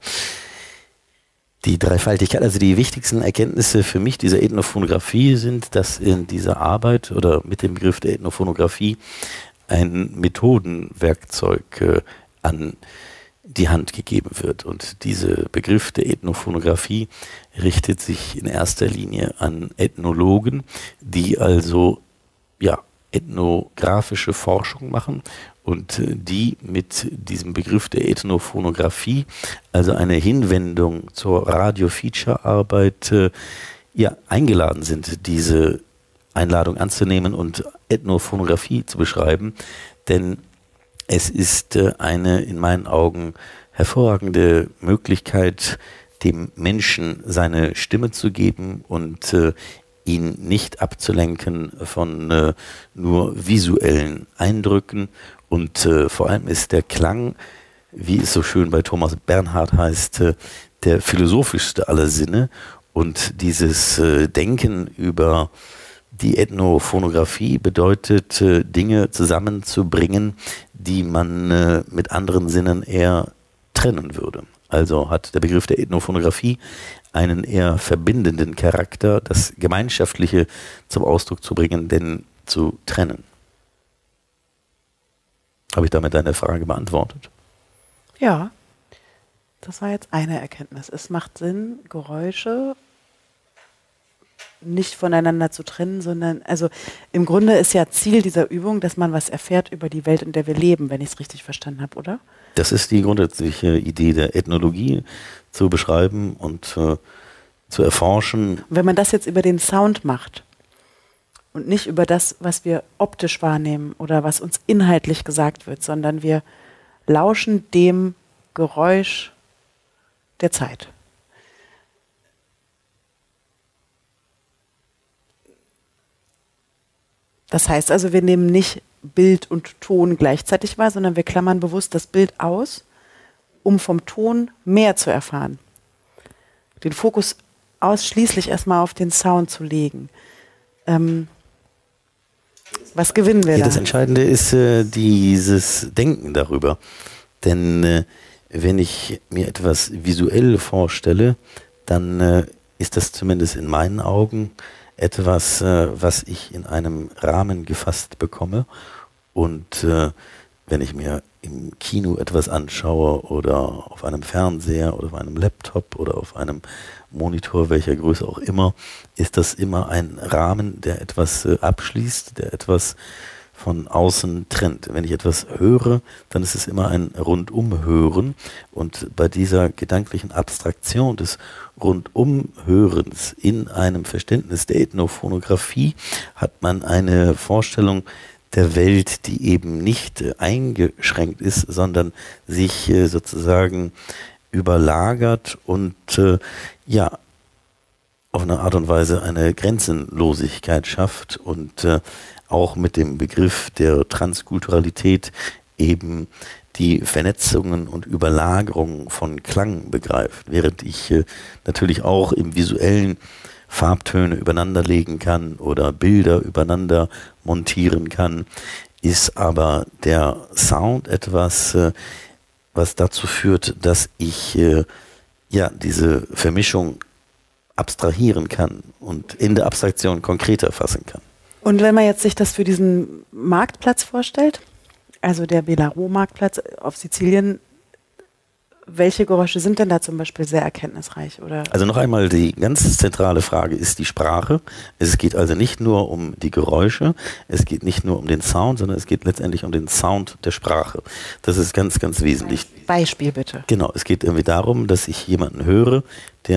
B: Die Dreifaltigkeit, also die wichtigsten Erkenntnisse für mich dieser Ethnophonographie sind, dass in dieser Arbeit oder mit dem Begriff der Ethnophonographie ein Methodenwerkzeug äh, an die Hand gegeben wird. Und dieser Begriff der Ethnophonographie richtet sich in erster Linie an Ethnologen, die also ja, ethnografische Forschung machen und die mit diesem Begriff der Ethnophonographie, also eine Hinwendung zur Radio-Feature-Arbeit, äh, ja, eingeladen sind, diese Einladung anzunehmen und Ethnophonographie zu beschreiben, denn es ist äh, eine in meinen Augen hervorragende Möglichkeit, dem Menschen seine Stimme zu geben und äh, ihn nicht abzulenken von äh, nur visuellen Eindrücken. Und äh, vor allem ist der Klang, wie es so schön bei Thomas Bernhard heißt, äh, der philosophischste aller Sinne. Und dieses äh, Denken über die Ethnophonographie bedeutet, äh, Dinge zusammenzubringen, die man äh, mit anderen Sinnen eher trennen würde. Also hat der Begriff der Ethnophonographie einen eher verbindenden Charakter, das Gemeinschaftliche zum Ausdruck zu bringen, denn zu trennen. Habe ich damit deine Frage beantwortet?
C: Ja, das war jetzt eine Erkenntnis. Es macht Sinn, Geräusche nicht voneinander zu trennen, sondern, also im Grunde ist ja Ziel dieser Übung, dass man was erfährt über die Welt, in der wir leben, wenn ich es richtig verstanden habe, oder?
B: Das ist die grundsätzliche Idee der Ethnologie, zu beschreiben und äh, zu erforschen.
C: Und wenn man das jetzt über den Sound macht und nicht über das, was wir optisch wahrnehmen oder was uns inhaltlich gesagt wird, sondern wir lauschen dem Geräusch der Zeit. Das heißt also, wir nehmen nicht Bild und Ton gleichzeitig wahr, sondern wir klammern bewusst das Bild aus, um vom Ton mehr zu erfahren. Den Fokus ausschließlich erstmal auf den Sound zu legen. Ähm, was gewinnen wir
B: ja,
C: da?
B: Das Entscheidende ist äh, dieses Denken darüber. Denn äh, wenn ich mir etwas visuell vorstelle, dann äh, ist das zumindest in meinen Augen etwas, äh, was ich in einem Rahmen gefasst bekomme. Und äh, wenn ich mir im Kino etwas anschaue oder auf einem Fernseher oder auf einem Laptop oder auf einem Monitor, welcher Größe auch immer, ist das immer ein Rahmen, der etwas äh, abschließt, der etwas von außen trennt. Wenn ich etwas höre, dann ist es immer ein Rundumhören. Und bei dieser gedanklichen Abstraktion des Rundumhörens in einem Verständnis der Ethnophonographie hat man eine Vorstellung der Welt, die eben nicht äh, eingeschränkt ist, sondern sich äh, sozusagen überlagert und äh, ja, auf eine Art und Weise eine Grenzenlosigkeit schafft und äh, auch mit dem Begriff der Transkulturalität eben die Vernetzungen und Überlagerungen von Klang begreift, während ich äh, natürlich auch im visuellen Farbtöne übereinander legen kann oder Bilder übereinander montieren kann, ist aber der Sound etwas, äh, was dazu führt, dass ich äh, ja diese Vermischung abstrahieren kann und in der Abstraktion konkreter fassen kann.
C: Und wenn man jetzt sich das für diesen Marktplatz vorstellt, also der Bellarò-Marktplatz auf Sizilien, welche Geräusche sind denn da zum Beispiel sehr erkenntnisreich? Oder?
B: Also noch einmal, die ganz zentrale Frage ist die Sprache. Es geht also nicht nur um die Geräusche, es geht nicht nur um den Sound, sondern es geht letztendlich um den Sound der Sprache. Das ist ganz, ganz wesentlich.
C: Beispiel bitte.
B: Genau, es geht irgendwie darum, dass ich jemanden höre, der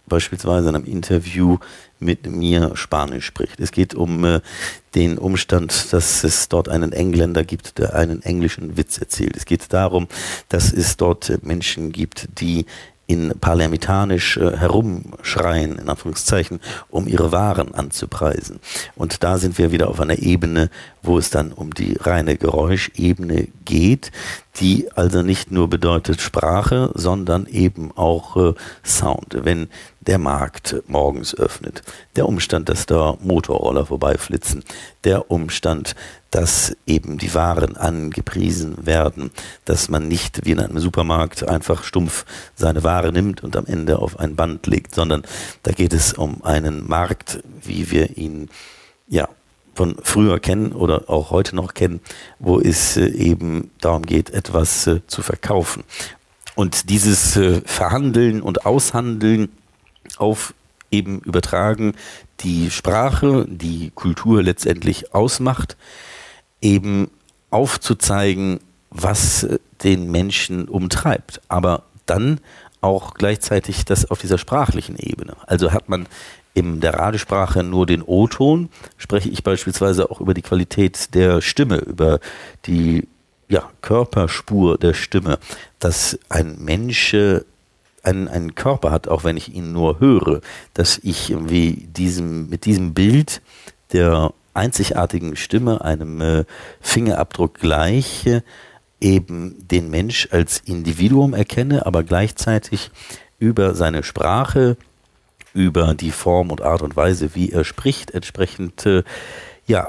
B: beispielsweise in einem Interview mit mir Spanisch spricht. Es geht um äh, den Umstand, dass es dort einen Engländer gibt, der einen englischen Witz erzählt. Es geht darum, dass es dort äh, Menschen gibt, die in Palermitanisch äh, herumschreien, in Anführungszeichen, um ihre Waren anzupreisen. Und da sind wir wieder auf einer Ebene, wo es dann um die reine Geräuschebene geht, die also nicht nur bedeutet Sprache, sondern eben auch äh, Sound. Wenn der Markt morgens öffnet, der Umstand, dass da Motorroller vorbeiflitzen, der Umstand, dass eben die Waren angepriesen werden, dass man nicht wie in einem Supermarkt einfach stumpf seine Ware nimmt und am Ende auf ein Band legt, sondern da geht es um einen Markt, wie wir ihn ja von früher kennen oder auch heute noch kennen, wo es äh, eben darum geht, etwas äh, zu verkaufen. Und dieses äh, Verhandeln und Aushandeln auf eben übertragen die Sprache, die Kultur letztendlich ausmacht, eben aufzuzeigen, was den Menschen umtreibt, aber dann auch gleichzeitig das auf dieser sprachlichen Ebene. Also hat man in der Radiosprache nur den O-Ton, spreche ich beispielsweise auch über die Qualität der Stimme, über die ja, Körperspur der Stimme, dass ein Mensch einen, einen Körper hat, auch wenn ich ihn nur höre, dass ich irgendwie diesem, mit diesem Bild der einzigartigen Stimme, einem äh, Fingerabdruck gleich, äh, eben den Mensch als Individuum erkenne, aber gleichzeitig über seine Sprache, über die Form und Art und Weise, wie er spricht, entsprechend äh, ja,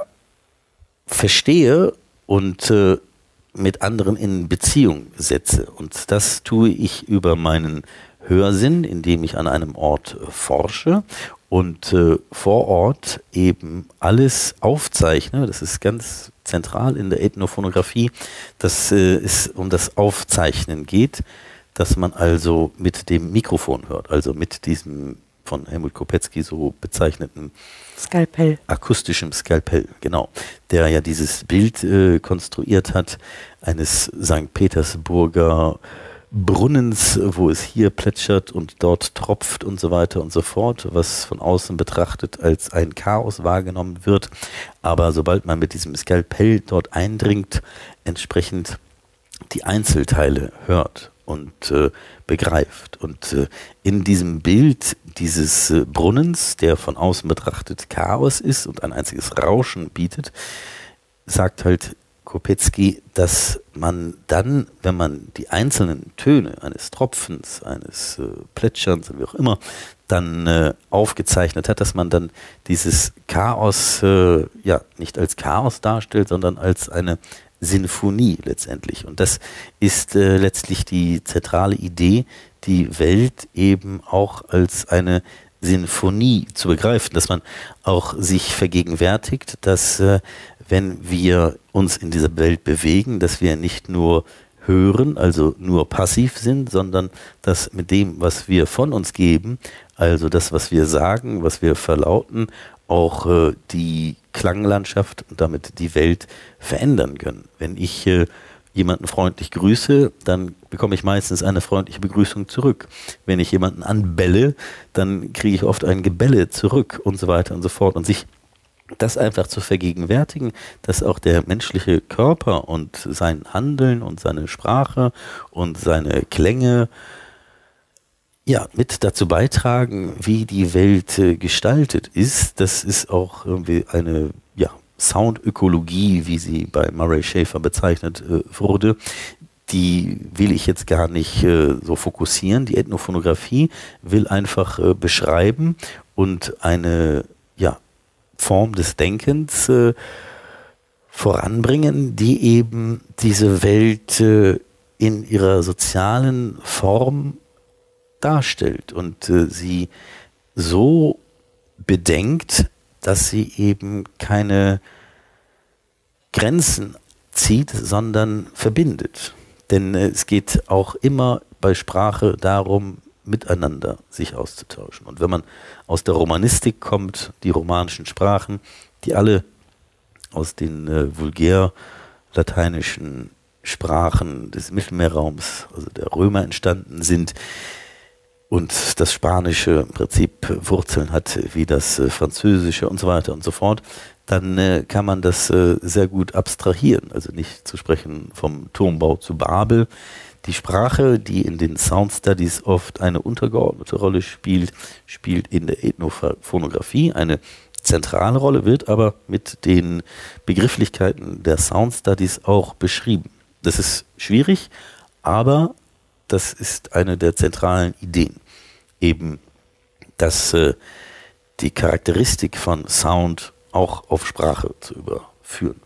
B: verstehe und äh, mit anderen in Beziehung setze. Und das tue ich über meinen Hörsinn, indem ich an einem Ort forsche und äh, vor Ort eben alles aufzeichne. Das ist ganz zentral in der Ethnophonographie, dass äh, es um das Aufzeichnen geht, dass man also mit dem Mikrofon hört, also mit diesem von Helmut Kopetzky so bezeichneten
C: Skalpell.
B: Akustischem Skalpell, genau, der ja dieses Bild äh, konstruiert hat, eines Sankt Petersburger Brunnens, wo es hier plätschert und dort tropft und so weiter und so fort, was von außen betrachtet als ein Chaos wahrgenommen wird. Aber sobald man mit diesem Skalpell dort eindringt, entsprechend die Einzelteile hört und äh, begreift. Und äh, in diesem Bild dieses äh, Brunnens, der von außen betrachtet Chaos ist und ein einziges Rauschen bietet, sagt halt Kopetzky, dass man dann, wenn man die einzelnen Töne eines Tropfens, eines äh, Plätscherns, wie auch immer, dann äh, aufgezeichnet hat, dass man dann dieses Chaos äh, ja nicht als Chaos darstellt, sondern als eine Sinfonie letztendlich. Und das ist äh, letztlich die zentrale Idee, die Welt eben auch als eine Sinfonie zu begreifen, dass man auch sich vergegenwärtigt, dass äh, wenn wir uns in dieser Welt bewegen, dass wir nicht nur hören, also nur passiv sind, sondern dass mit dem, was wir von uns geben, also das, was wir sagen, was wir verlauten, auch äh, die Klanglandschaft und damit die Welt verändern können. Wenn ich äh, jemanden freundlich grüße, dann bekomme ich meistens eine freundliche Begrüßung zurück. Wenn ich jemanden anbelle, dann kriege ich oft ein Gebelle zurück und so weiter und so fort. Und sich das einfach zu vergegenwärtigen, dass auch der menschliche Körper und sein Handeln und seine Sprache und seine Klänge ja mit dazu beitragen, wie die Welt äh, gestaltet ist. Das ist auch irgendwie eine ja, Soundökologie, wie sie bei Murray Schafer bezeichnet äh, wurde. Die will ich jetzt gar nicht äh, so fokussieren. Die Ethnophonographie will einfach äh, beschreiben und eine ja, Form des Denkens äh, voranbringen, die eben diese Welt äh, in ihrer sozialen Form darstellt und äh, sie so bedenkt, dass sie eben keine Grenzen zieht, sondern verbindet. Denn äh, es geht auch immer bei Sprache darum, miteinander sich auszutauschen. Und wenn man aus der Romanistik kommt, die romanischen Sprachen, die alle aus den äh, vulgär lateinischen Sprachen des Mittelmeerraums, also der Römer, entstanden sind, und das Spanische im Prinzip Wurzeln hat wie das äh, Französische und so weiter und so fort, dann äh, kann man das äh, sehr gut abstrahieren. Also nicht zu sprechen vom Turmbau zu Babel. Die Sprache, die in den Sound Studies oft eine untergeordnete Rolle spielt, spielt in der Ethnophonographie eine zentrale Rolle, wird aber mit den Begrifflichkeiten der Sound Studies auch beschrieben. Das ist schwierig, aber das ist eine der zentralen Ideen. Eben, dass äh, die Charakteristik von Sound auch auf Sprache zu überführen.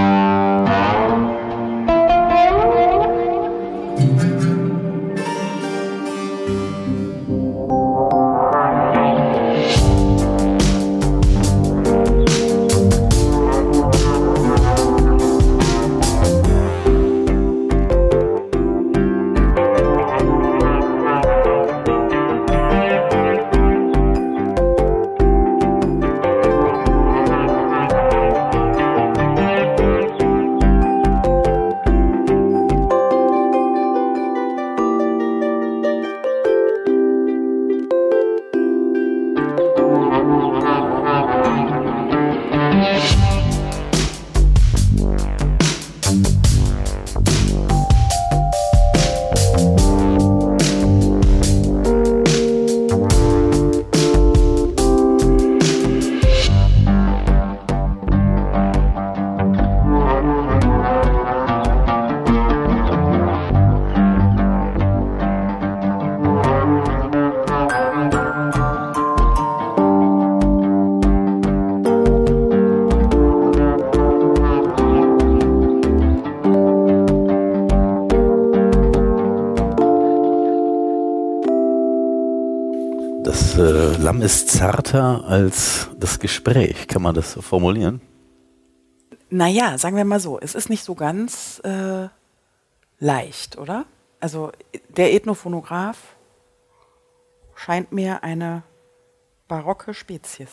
B: Das äh, Lamm ist zarter als das Gespräch. Kann man das so formulieren?
C: Naja, sagen wir mal so, es ist nicht so ganz äh, leicht, oder? Also der Ethnophonograph scheint mir eine barocke Spezies.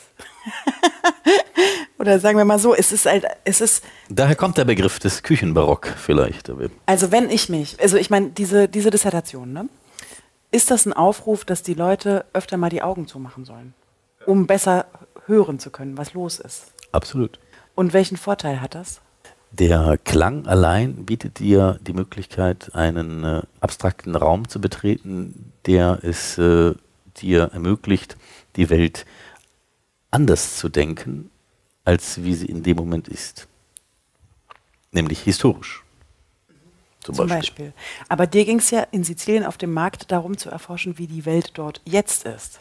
C: Oder sagen wir mal so, es ist halt, es ist...
B: Daher kommt der Begriff des Küchenbarock vielleicht.
C: Also wenn ich mich, also ich meine, diese, diese Dissertation, ne? Ist das ein Aufruf, dass die Leute öfter mal die Augen zumachen sollen, um besser hören zu können, was los ist?
B: Absolut.
C: Und welchen Vorteil hat das?
B: Der Klang allein bietet dir die Möglichkeit, einen äh, abstrakten Raum zu betreten, der es äh, dir ermöglicht, die Welt anders zu denken, als wie sie in dem Moment ist. Nämlich historisch. Zum,
C: Zum
B: Beispiel.
C: Beispiel. Aber dir ging es ja in Sizilien auf dem Markt darum zu erforschen, wie die Welt dort jetzt ist.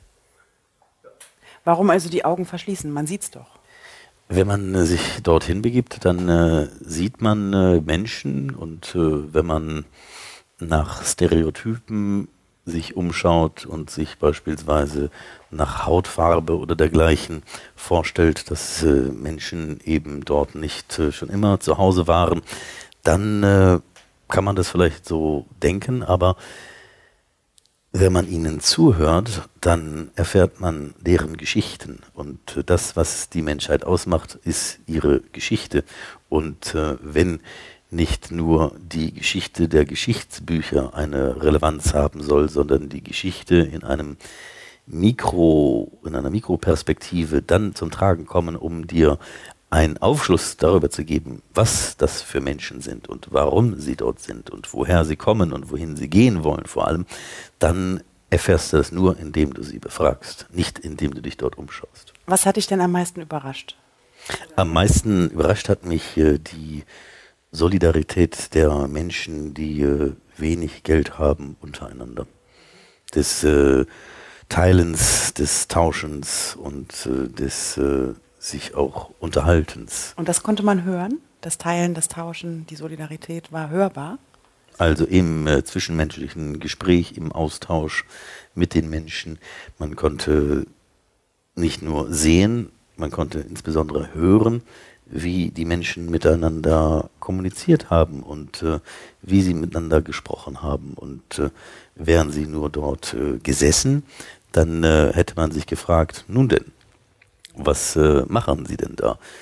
C: Warum also die Augen verschließen? Man sieht es doch.
B: Wenn man äh, sich dorthin begibt, dann äh, sieht man äh, Menschen und äh, wenn man nach Stereotypen sich umschaut und sich beispielsweise nach Hautfarbe oder dergleichen vorstellt, dass äh, Menschen eben dort nicht äh, schon immer zu Hause waren, dann äh, kann man das vielleicht so denken, aber wenn man ihnen zuhört, dann erfährt man deren Geschichten. Und das, was die Menschheit ausmacht, ist ihre Geschichte. Und äh, wenn nicht nur die Geschichte der Geschichtsbücher eine Relevanz haben soll, sondern die Geschichte in einem Mikro, in einer Mikroperspektive dann zum Tragen kommen, um dir einen Aufschluss darüber zu geben, was das für Menschen sind und warum sie dort sind und woher sie kommen und wohin sie gehen wollen vor allem, dann erfährst du das nur, indem du sie befragst, nicht indem du dich dort umschaust.
C: Was hat dich denn am meisten überrascht?
B: Am meisten überrascht hat mich äh, die Solidarität der Menschen, die äh, wenig Geld haben untereinander. Des äh, Teilens, des Tauschens und äh, des äh, sich auch Unterhaltens.
C: Und das konnte man hören? Das Teilen, das Tauschen, die Solidarität war hörbar?
B: Also im äh, zwischenmenschlichen Gespräch, im Austausch mit den Menschen. Man konnte nicht nur sehen, man konnte insbesondere hören, wie die Menschen miteinander kommuniziert haben und äh, wie sie miteinander gesprochen haben. Und äh, wären sie nur dort äh, gesessen, dann äh, hätte man sich gefragt, nun denn, was äh, machen Sie denn da?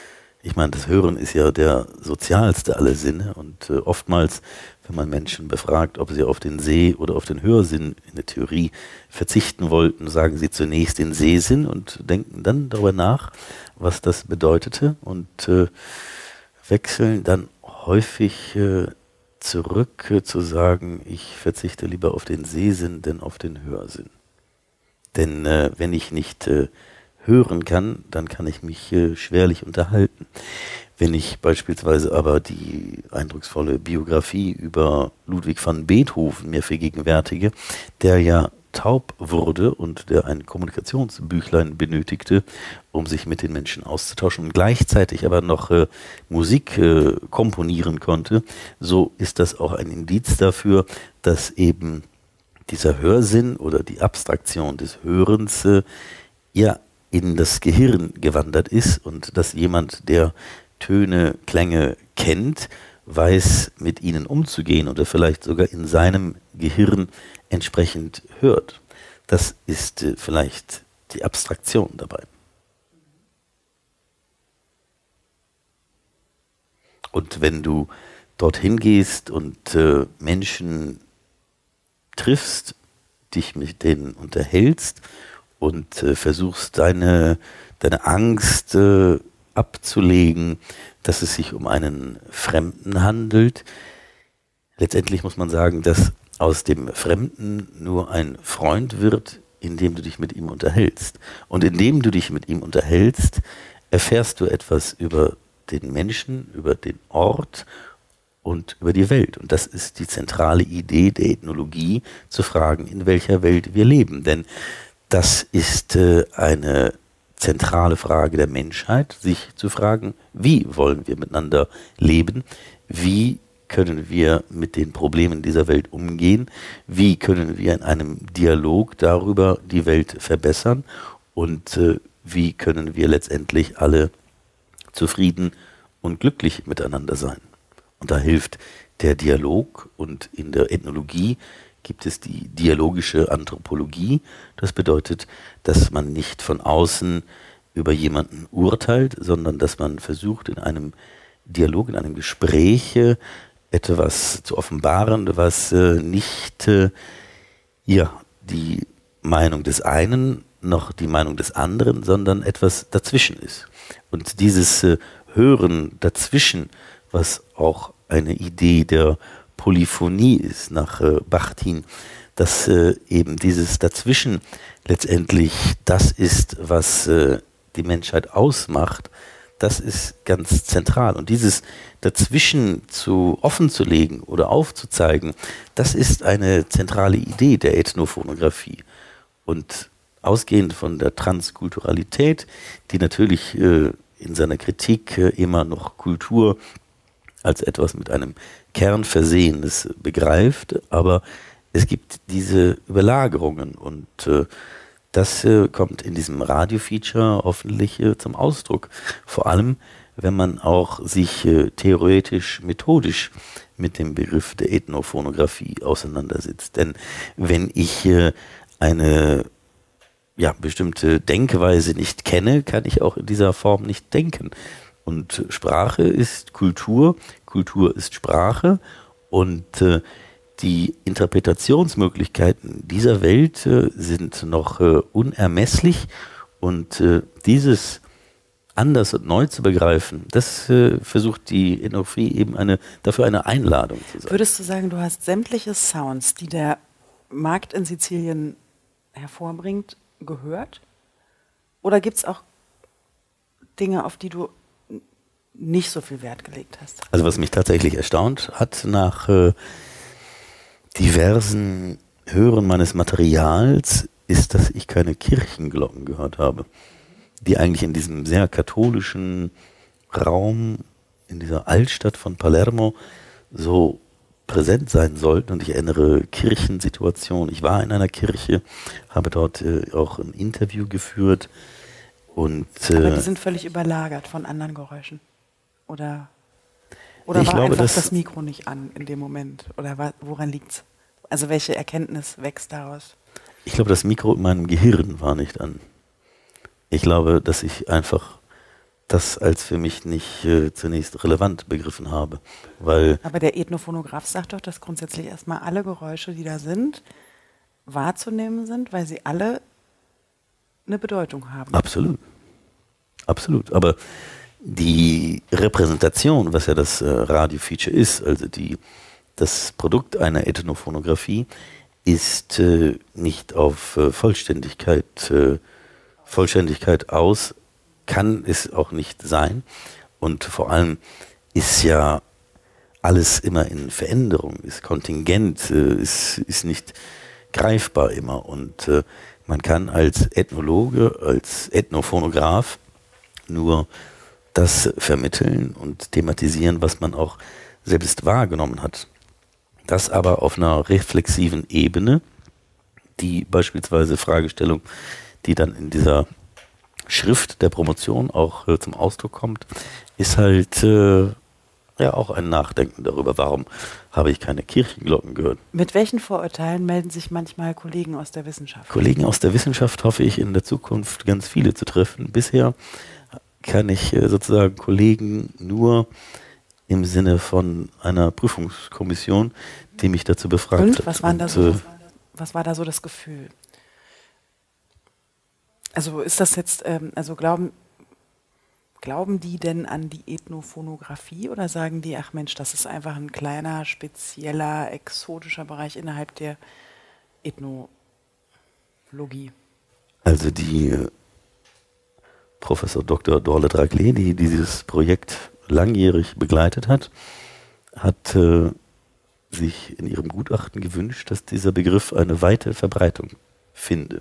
B: ich meine, das Hören ist ja der sozialste aller Sinne und äh, oftmals, wenn man Menschen befragt, ob sie auf den Seh- oder auf den Hörsinn in der Theorie verzichten wollten, sagen sie zunächst den Sehsinn und denken dann darüber nach, was das bedeutete und äh, wechseln dann häufig äh, zurück äh, zu sagen, ich verzichte lieber auf den Sehsinn, denn auf den Hörsinn. Denn äh, wenn ich nicht äh, hören kann, dann kann ich mich äh, schwerlich unterhalten. Wenn ich beispielsweise aber die eindrucksvolle Biografie über Ludwig van Beethoven mir vergegenwärtige, der ja taub wurde und der ein Kommunikationsbüchlein benötigte, um sich mit den Menschen auszutauschen und gleichzeitig aber noch äh, Musik äh, komponieren konnte, so ist das auch ein Indiz dafür, dass eben dieser Hörsinn oder die Abstraktion des Hörens äh, ja in das Gehirn gewandert ist und dass jemand, der Töne, Klänge kennt, weiß, mit ihnen umzugehen oder vielleicht sogar in seinem Gehirn entsprechend hört. Das ist äh, vielleicht die Abstraktion dabei. Und wenn du dorthin gehst und äh, Menschen triffst, dich mit denen unterhältst und äh, versuchst deine, deine Angst äh, abzulegen, dass es sich um einen Fremden handelt. Letztendlich muss man sagen, dass aus dem Fremden nur ein Freund wird, indem du dich mit ihm unterhältst. Und indem du dich mit ihm unterhältst, erfährst du etwas über den Menschen, über den Ort und über die Welt. Und das ist die zentrale Idee der Ethnologie, zu fragen, in welcher Welt wir leben. Denn das ist äh, eine zentrale Frage der Menschheit, sich zu fragen, wie wollen wir miteinander leben, wie können wir mit den Problemen dieser Welt umgehen, wie können wir in einem Dialog darüber die Welt verbessern und äh, wie können wir letztendlich alle zufrieden und glücklich miteinander sein. Und da hilft der Dialog und in der Ethnologie gibt es die dialogische Anthropologie. Das bedeutet, dass man nicht von außen über jemanden urteilt, sondern dass man versucht, in einem Dialog, in einem Gespräch äh, etwas zu offenbaren, was äh, nicht äh, ja, die Meinung des einen noch die Meinung des anderen, sondern etwas dazwischen ist. Und dieses äh, Hören dazwischen, was auch eine Idee der Polyphonie ist nach äh, Bakhtin, dass äh, eben dieses Dazwischen letztendlich das ist, was äh, die Menschheit ausmacht, das ist ganz zentral. Und dieses Dazwischen zu offen zu legen oder aufzuzeigen, das ist eine zentrale Idee der Ethnophonographie. Und ausgehend von der Transkulturalität, die natürlich äh, in seiner Kritik äh, immer noch Kultur als etwas mit einem Kern Versehenes begreift, aber es gibt diese Überlagerungen und äh, das äh, kommt in diesem Radio-Feature hoffentlich äh, zum Ausdruck. Vor allem, wenn man auch sich äh, theoretisch, methodisch mit dem Begriff der Ethnophonographie auseinandersetzt. Denn wenn ich äh, eine ja, bestimmte Denkweise nicht kenne, kann ich auch in dieser Form nicht denken. Und Sprache ist Kultur, Kultur ist Sprache und äh, die Interpretationsmöglichkeiten dieser Welt äh, sind noch äh, unermesslich und äh, dieses anders und neu zu begreifen, das äh, versucht die Ethnographie eben eine, dafür eine Einladung zu sein.
C: Würdest du sagen, du hast sämtliche Sounds, die der Markt in Sizilien hervorbringt, gehört? Oder gibt es auch Dinge, auf die du nicht so viel Wert gelegt hast?
B: Also was mich tatsächlich erstaunt hat nach äh, diversen Hören meines Materials, ist, dass ich keine Kirchenglocken gehört habe, die eigentlich in diesem sehr katholischen Raum, in dieser Altstadt von Palermo so präsent sein sollten. Und ich erinnere Kirchensituationen. Ich war in einer Kirche, habe dort äh, auch ein Interview geführt. Und, äh,
C: Aber die sind völlig überlagert von anderen Geräuschen. Oder, oder
B: ich
C: war
B: glaube,
C: einfach
B: dass
C: das Mikro nicht an in dem Moment? Oder war, woran liegt's? Also welche Erkenntnis wächst daraus?
B: Ich glaube, das Mikro in meinem Gehirn war nicht an. Ich glaube, dass ich einfach das als für mich nicht äh, zunächst relevant begriffen habe. Weil
C: Aber der Ethnophonograph sagt doch, dass grundsätzlich erstmal alle Geräusche, die da sind, wahrzunehmen sind, weil sie alle eine Bedeutung haben.
B: Absolut. Absolut. Aber die Repräsentation, was ja das äh, Radio-Feature ist, also die, das Produkt einer Ethnophonographie, ist äh, nicht auf äh, Vollständigkeit, äh, Vollständigkeit aus, kann es auch nicht sein. Und vor allem ist ja alles immer in Veränderung, ist kontingent, äh, ist, ist nicht greifbar immer. Und äh, man kann als Ethnologe, als Ethnophonograph nur das vermitteln und thematisieren, was man auch selbst wahrgenommen hat. Das aber auf einer reflexiven Ebene, die beispielsweise Fragestellung, die dann in dieser Schrift der Promotion auch äh, zum Ausdruck kommt, ist halt äh, ja auch ein Nachdenken darüber, warum habe ich keine Kirchenglocken gehört.
C: Mit welchen Vorurteilen melden sich manchmal Kollegen aus der Wissenschaft?
B: Kollegen aus der Wissenschaft hoffe ich in der Zukunft ganz viele zu treffen. Bisher kann ich äh, sozusagen Kollegen nur im Sinne von einer Prüfungskommission, die mich dazu befragt hat.
C: Und was war da so, was war da so das Gefühl? Also ist das jetzt, ähm, also glauben, glauben die denn an die Ethnophonographie oder sagen die, ach Mensch, das ist einfach ein kleiner, spezieller, exotischer Bereich innerhalb der Ethnologie?
B: Also die äh, Professor Doktor Dorle Draglé, die dieses Projekt langjährig begleitet hat, hat äh, sich in ihrem Gutachten gewünscht, dass dieser Begriff eine weite Verbreitung finde.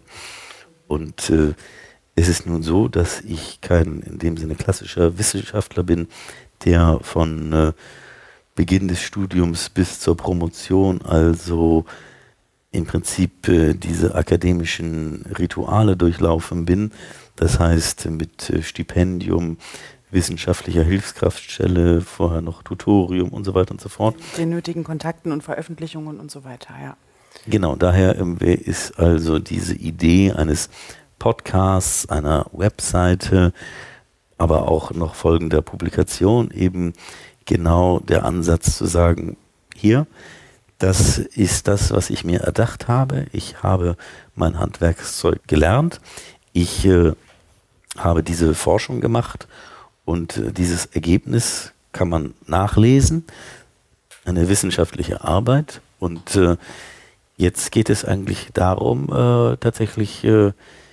B: Und äh, es ist nun so, dass ich kein in dem Sinne klassischer Wissenschaftler bin, der von äh, Beginn des Studiums bis zur Promotion also im Prinzip äh, diese akademischen Rituale durchlaufen bin. Das heißt mit äh, Stipendium, wissenschaftlicher Hilfskraftstelle, vorher noch Tutorium und so weiter und so fort.
C: Den nötigen Kontakten und Veröffentlichungen und so weiter, ja.
B: Genau, daher äh, ist also diese Idee eines Podcasts, einer Webseite, aber auch noch folgender Publikation eben genau der Ansatz zu sagen, hier, das ist das, was ich mir erdacht habe. Ich habe mein Handwerkszeug gelernt. Ich äh, habe diese Forschung gemacht und äh, dieses Ergebnis kann man nachlesen, eine wissenschaftliche Arbeit. Und äh, jetzt geht es eigentlich darum, äh, tatsächlich äh,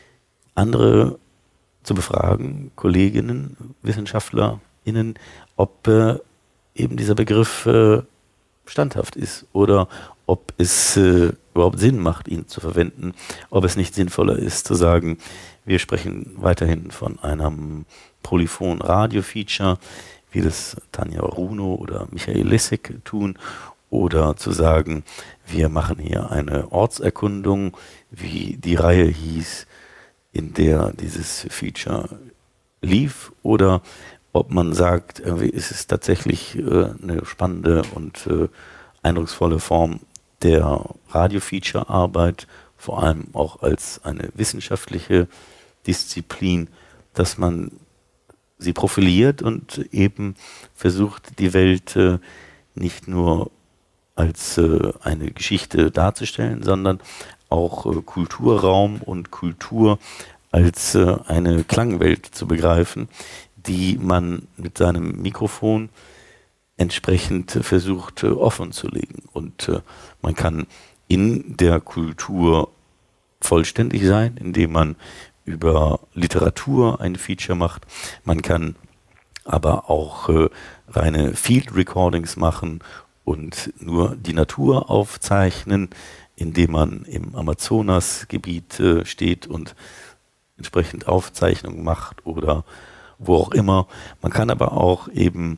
B: andere zu befragen, Kolleginnen, WissenschaftlerInnen, ob äh, eben dieser Begriff äh, standhaft ist oder ob es äh, überhaupt Sinn macht, ihn zu verwenden, ob es nicht sinnvoller ist zu sagen, wir sprechen weiterhin von einem Polyphon-Radio-Feature, wie das Tanja Runo oder Michael Lessig tun, oder zu sagen, wir machen hier eine Ortserkundung, wie die Reihe hieß, in der dieses Feature lief, oder ob man sagt, es ist tatsächlich äh, eine spannende und äh, eindrucksvolle Form der Radio-Feature-Arbeit, vor allem auch als eine wissenschaftliche Disziplin, dass man sie profiliert und eben versucht, die Welt äh, nicht nur als äh, eine Geschichte darzustellen, sondern auch äh, Kulturraum und Kultur als äh, eine Klangwelt zu begreifen, die man mit seinem Mikrofon entsprechend äh, versucht äh, offen zu legen. Und äh, man kann in der Kultur vollständig sein, indem man über Literatur ein Feature macht. Man kann aber auch äh, reine Field Recordings machen und nur die Natur aufzeichnen, indem man im Amazonasgebiet äh, steht und entsprechend Aufzeichnungen macht oder wo auch immer. Man kann aber auch eben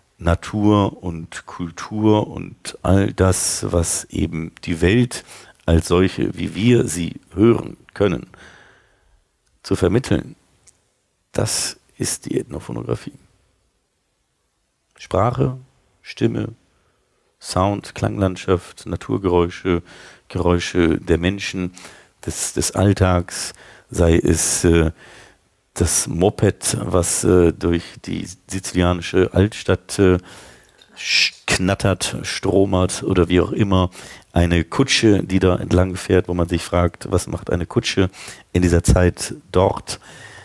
B: Natur und Kultur und all das, was eben die Welt als solche, wie wir sie hören können, zu vermitteln. Das ist die Ethnophonographie. Sprache, Stimme, Sound, Klanglandschaft, Naturgeräusche, Geräusche der Menschen, des, des Alltags, sei es äh, das Moped, was äh, durch die sizilianische Altstadt äh, knattert, stromert oder wie auch immer, eine Kutsche, die da entlang fährt, wo man sich fragt, was macht eine Kutsche in dieser Zeit dort,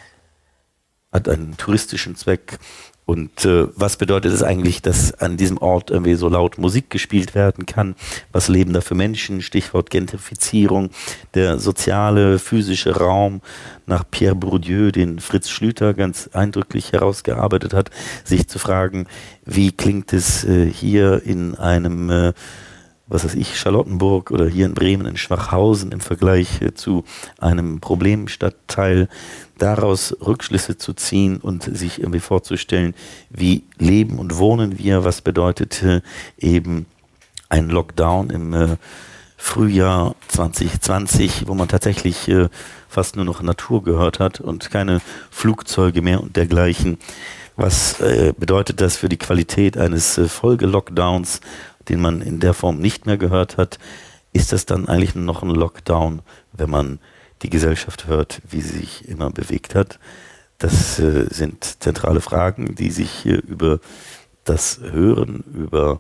B: hat einen touristischen Zweck. Und äh, was bedeutet es eigentlich, dass an diesem Ort irgendwie so laut Musik gespielt werden kann? Was leben da für Menschen? Stichwort Gentrifizierung, der soziale, physische Raum nach Pierre Bourdieu, den Fritz Schlüter ganz eindrücklich herausgearbeitet hat, sich zu fragen, wie klingt es äh, hier in einem, äh, was weiß ich, Charlottenburg oder hier in Bremen, in Schwachhausen im Vergleich äh, zu einem Problemstadtteil, daraus Rückschlüsse zu ziehen und sich irgendwie vorzustellen, wie leben und wohnen wir, was bedeutet äh, eben ein Lockdown im äh, Frühjahr zwanzig zwanzig, wo man tatsächlich äh, fast nur noch Natur gehört hat und keine Flugzeuge mehr und dergleichen. Was äh, bedeutet das für die Qualität eines äh, Folge-Lockdowns, den man in der Form nicht mehr gehört hat? Ist das dann eigentlich nur noch ein Lockdown, wenn man die Gesellschaft hört, wie sie sich immer bewegt hat? Das äh, sind zentrale Fragen, die sich äh, über das Hören, über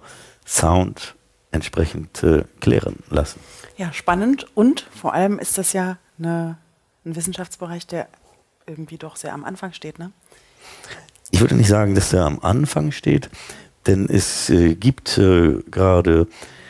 B: Sound entsprechend äh, klären lassen.
C: Ja, spannend, und vor allem ist das ja eine, ein Wissenschaftsbereich, der irgendwie doch sehr am Anfang steht, ne?
B: Ich würde nicht sagen, dass der am Anfang steht, denn es äh, gibt äh, gerade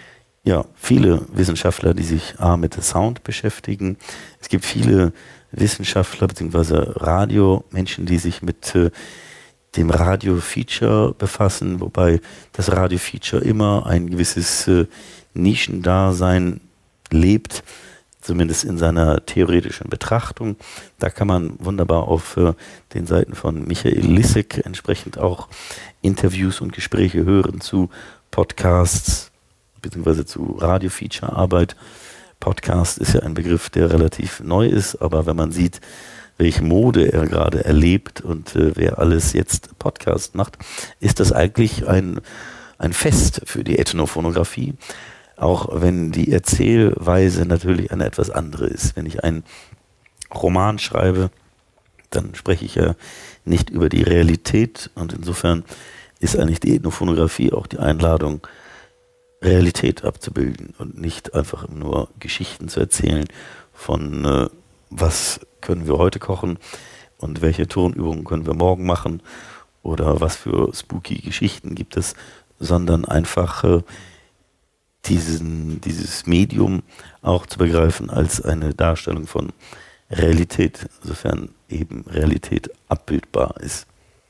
B: ja, viele Wissenschaftler, die sich A, mit Sound beschäftigen. Es gibt viele Wissenschaftler bzw. Radiomenschen, die sich mit äh, dem Radio-Feature befassen, wobei das Radio-Feature immer ein gewisses äh, Nischendasein lebt, zumindest in seiner theoretischen Betrachtung. Da kann man wunderbar auf äh, den Seiten von Michael Lissek entsprechend auch Interviews und Gespräche hören zu Podcasts, beziehungsweise zu Radio-Feature-Arbeit. Podcast ist ja ein Begriff, der relativ neu ist, aber wenn man sieht, welche Mode er gerade erlebt und äh, wer alles jetzt Podcast macht, ist das eigentlich ein, ein Fest für die Ethnophonographie, auch wenn die Erzählweise natürlich eine etwas andere ist. Wenn ich einen Roman schreibe, dann spreche ich ja nicht über die Realität, und insofern ist eigentlich die Ethnophonographie auch die Einladung, Realität abzubilden und nicht einfach nur Geschichten zu erzählen von äh, was können wir heute kochen und welche Turnübungen können wir morgen machen oder was für spooky Geschichten gibt es, sondern einfach äh, diesen, dieses Medium auch zu begreifen als eine Darstellung von Realität, insofern eben Realität abbildbar ist.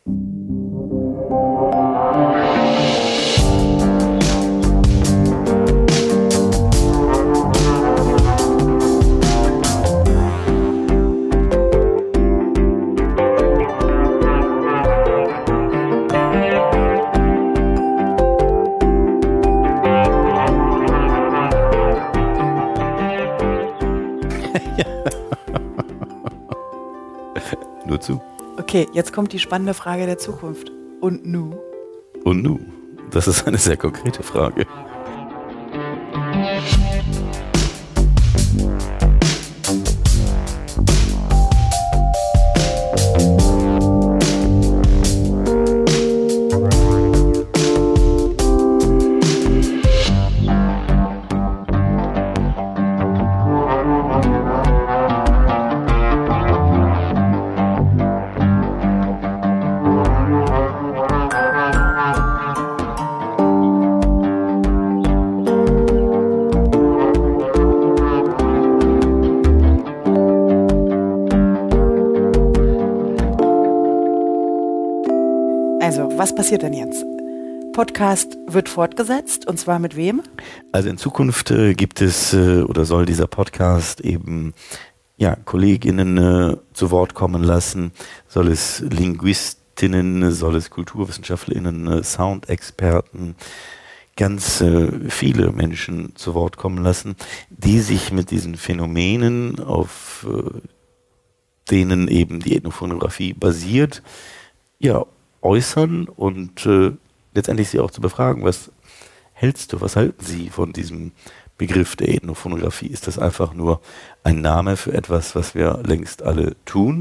B: Nur zu.
C: Okay, jetzt kommt die spannende Frage der Zukunft. Und nu?
B: Und nu? Das ist eine sehr konkrete Frage.
C: Was passiert denn jetzt? Podcast wird fortgesetzt, und zwar mit wem?
B: Also in Zukunft äh, gibt es äh, oder soll dieser Podcast eben ja, Kolleginnen äh, zu Wort kommen lassen, soll es Linguistinnen, soll es KulturwissenschaftlerInnen, äh, Soundexperten, ganz äh, viele Menschen zu Wort kommen lassen, die sich mit diesen Phänomenen, auf äh, denen eben die Ethnophonographie basiert, ja, äußern und äh, letztendlich sie auch zu befragen, was hältst du, was halten Sie von diesem Begriff der Ethnophonographie? Ist das einfach nur ein Name für etwas, was wir längst alle tun?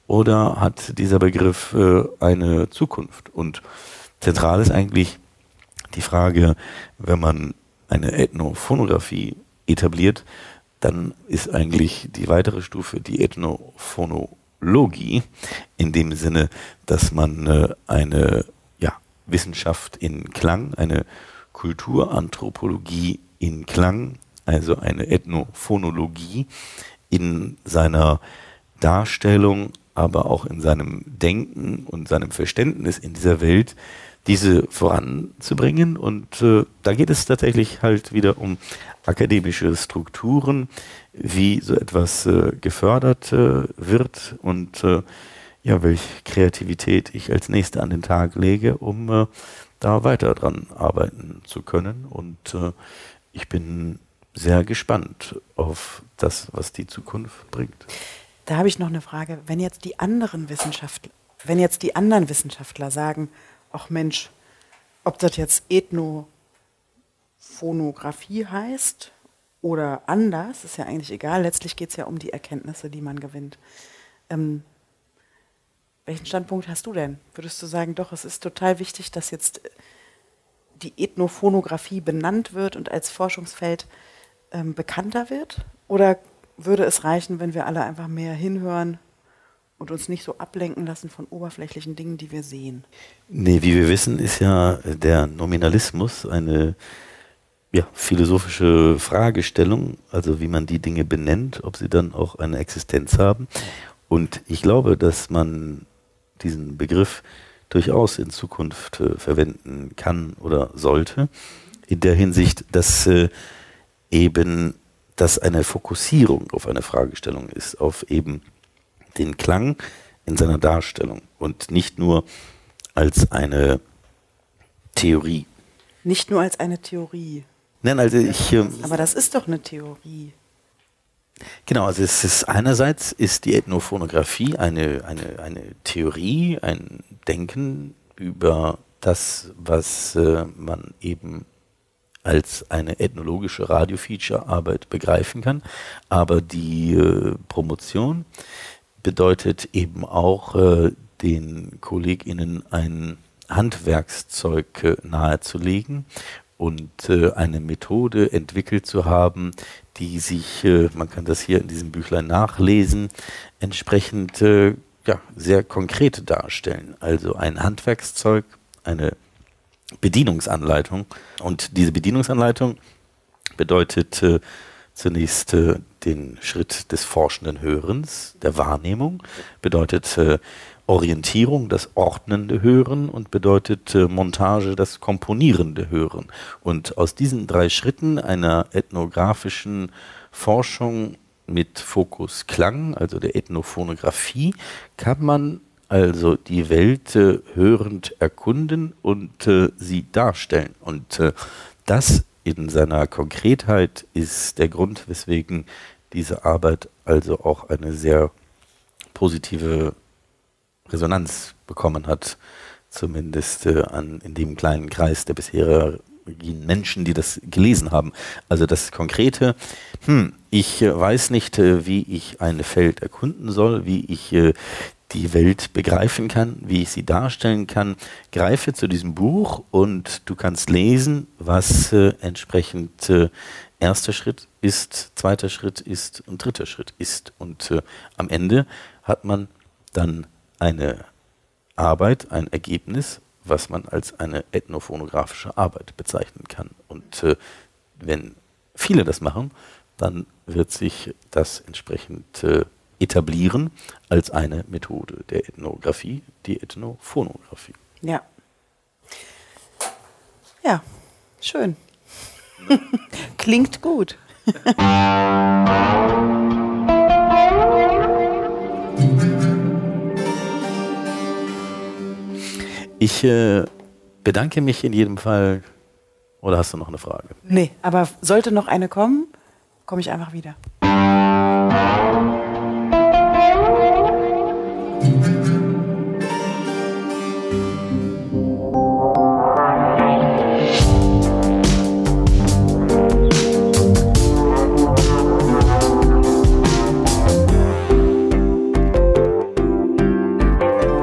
B: oder hat dieser Begriff äh, eine Zukunft? Und zentral ist eigentlich die Frage, wenn man eine Ethnophonographie etabliert, dann ist eigentlich die weitere Stufe die Ethnophonologie, in dem Sinne, dass man äh, eine ja, Wissenschaft in Klang, eine Kulturanthropologie in Klang, also eine Ethnophonologie in seiner Darstellung, aber auch in seinem Denken und seinem Verständnis in dieser Welt, diese voranzubringen. Und äh, da geht es tatsächlich halt wieder um akademische Strukturen, wie so etwas äh, gefördert äh, wird und äh, ja, welche Kreativität ich als Nächste an den Tag lege, um äh, da weiter dran arbeiten zu können. Und äh, ich bin sehr gespannt auf das, was die Zukunft bringt.
C: Da habe ich noch eine Frage. Wenn jetzt die anderen Wissenschaftler, wenn jetzt die anderen Wissenschaftler sagen, ach Mensch, ob das jetzt Ethnophonographie heißt oder anders, ist ja eigentlich egal. Letztlich geht es ja um die Erkenntnisse, die man gewinnt. Ähm, welchen Standpunkt hast du denn? Würdest du sagen, doch, es ist total wichtig, dass jetzt die Ethnophonographie benannt wird und als Forschungsfeld ähm, bekannter wird? Oder würde es reichen, wenn wir alle einfach mehr hinhören und uns nicht so ablenken lassen von oberflächlichen Dingen, die wir sehen?
B: Nee, wie wir wissen, ist ja der Nominalismus eine ja, philosophische Fragestellung, also wie man die Dinge benennt, ob sie dann auch eine Existenz haben. Und ich glaube, dass man diesen Begriff durchaus in Zukunft äh, verwenden kann oder sollte, in der Hinsicht, dass äh, eben das eine Fokussierung auf eine Fragestellung ist, auf eben den Klang in seiner Darstellung und nicht nur als eine Theorie.
C: Nicht nur als eine Theorie.
B: Nein, also ich... Ähm,
C: Aber das ist doch eine Theorie.
B: Genau, also es ist einerseits ist die Ethnophonographie eine, eine, eine Theorie, ein Denken über das, was äh, man eben als eine ethnologische Radio-Feature-Arbeit begreifen kann. Aber die äh, Promotion bedeutet eben auch, äh, den KollegInnen ein Handwerkszeug äh, nahezulegen und äh, eine Methode entwickelt zu haben, die sich, äh, man kann das hier in diesem Büchlein nachlesen, entsprechend äh, ja, sehr konkret darstellen. Also ein Handwerkszeug, eine Bedienungsanleitung. Und diese Bedienungsanleitung bedeutet äh, zunächst äh, den Schritt des forschenden Hörens, der Wahrnehmung, bedeutet äh, Orientierung, das ordnende Hören und bedeutet äh, Montage, das komponierende Hören. Und aus diesen drei Schritten einer ethnografischen Forschung mit Fokus Klang, also der Ethnophonographie, kann man also die Welt äh, hörend erkunden und äh, sie darstellen. Und äh, das in seiner Konkretheit ist der Grund, weswegen diese Arbeit also auch eine sehr positive Resonanz bekommen hat, zumindest äh, an, in dem kleinen Kreis der bisherigen Menschen, die das gelesen haben. Also das Konkrete, hm, ich äh, weiß nicht, äh, wie ich ein Feld erkunden soll, wie ich äh, die Welt begreifen kann, wie ich sie darstellen kann. Greife zu diesem Buch und du kannst lesen, was äh, entsprechend äh, erster Schritt ist, zweiter Schritt ist und dritter Schritt ist. Und äh, am Ende hat man dann eine Arbeit, ein Ergebnis, was man als eine ethnophonografische Arbeit bezeichnen kann. Und äh, wenn viele das machen, dann wird sich das entsprechend äh, etablieren als eine Methode der Ethnographie, die Ethnophonographie.
C: Ja. Ja, schön. Klingt gut.
B: Ich äh, bedanke mich in jedem Fall. Oder hast du noch eine Frage?
C: Nee, aber sollte noch eine kommen, komme ich einfach wieder.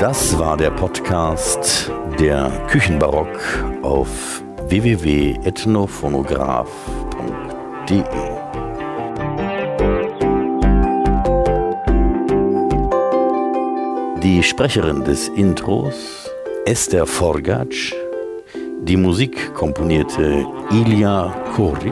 B: Das war der Podcast der Küchenbarock auf w w w punkt ethnophonograph punkt de. Die Sprecherin des Intros, Esther Forgac, die Musik komponierte Ilja Koric.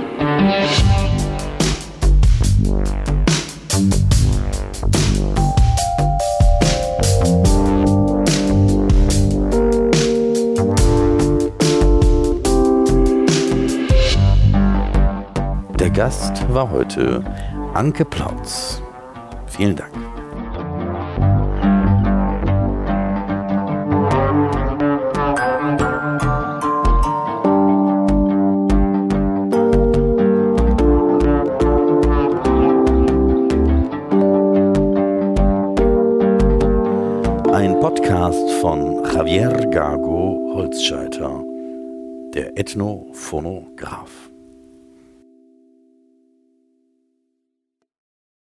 B: Der Gast war heute Anke Plautz. Vielen Dank. Ein Podcast von Javier Gago Holzscheiter, der Ethnophonograph.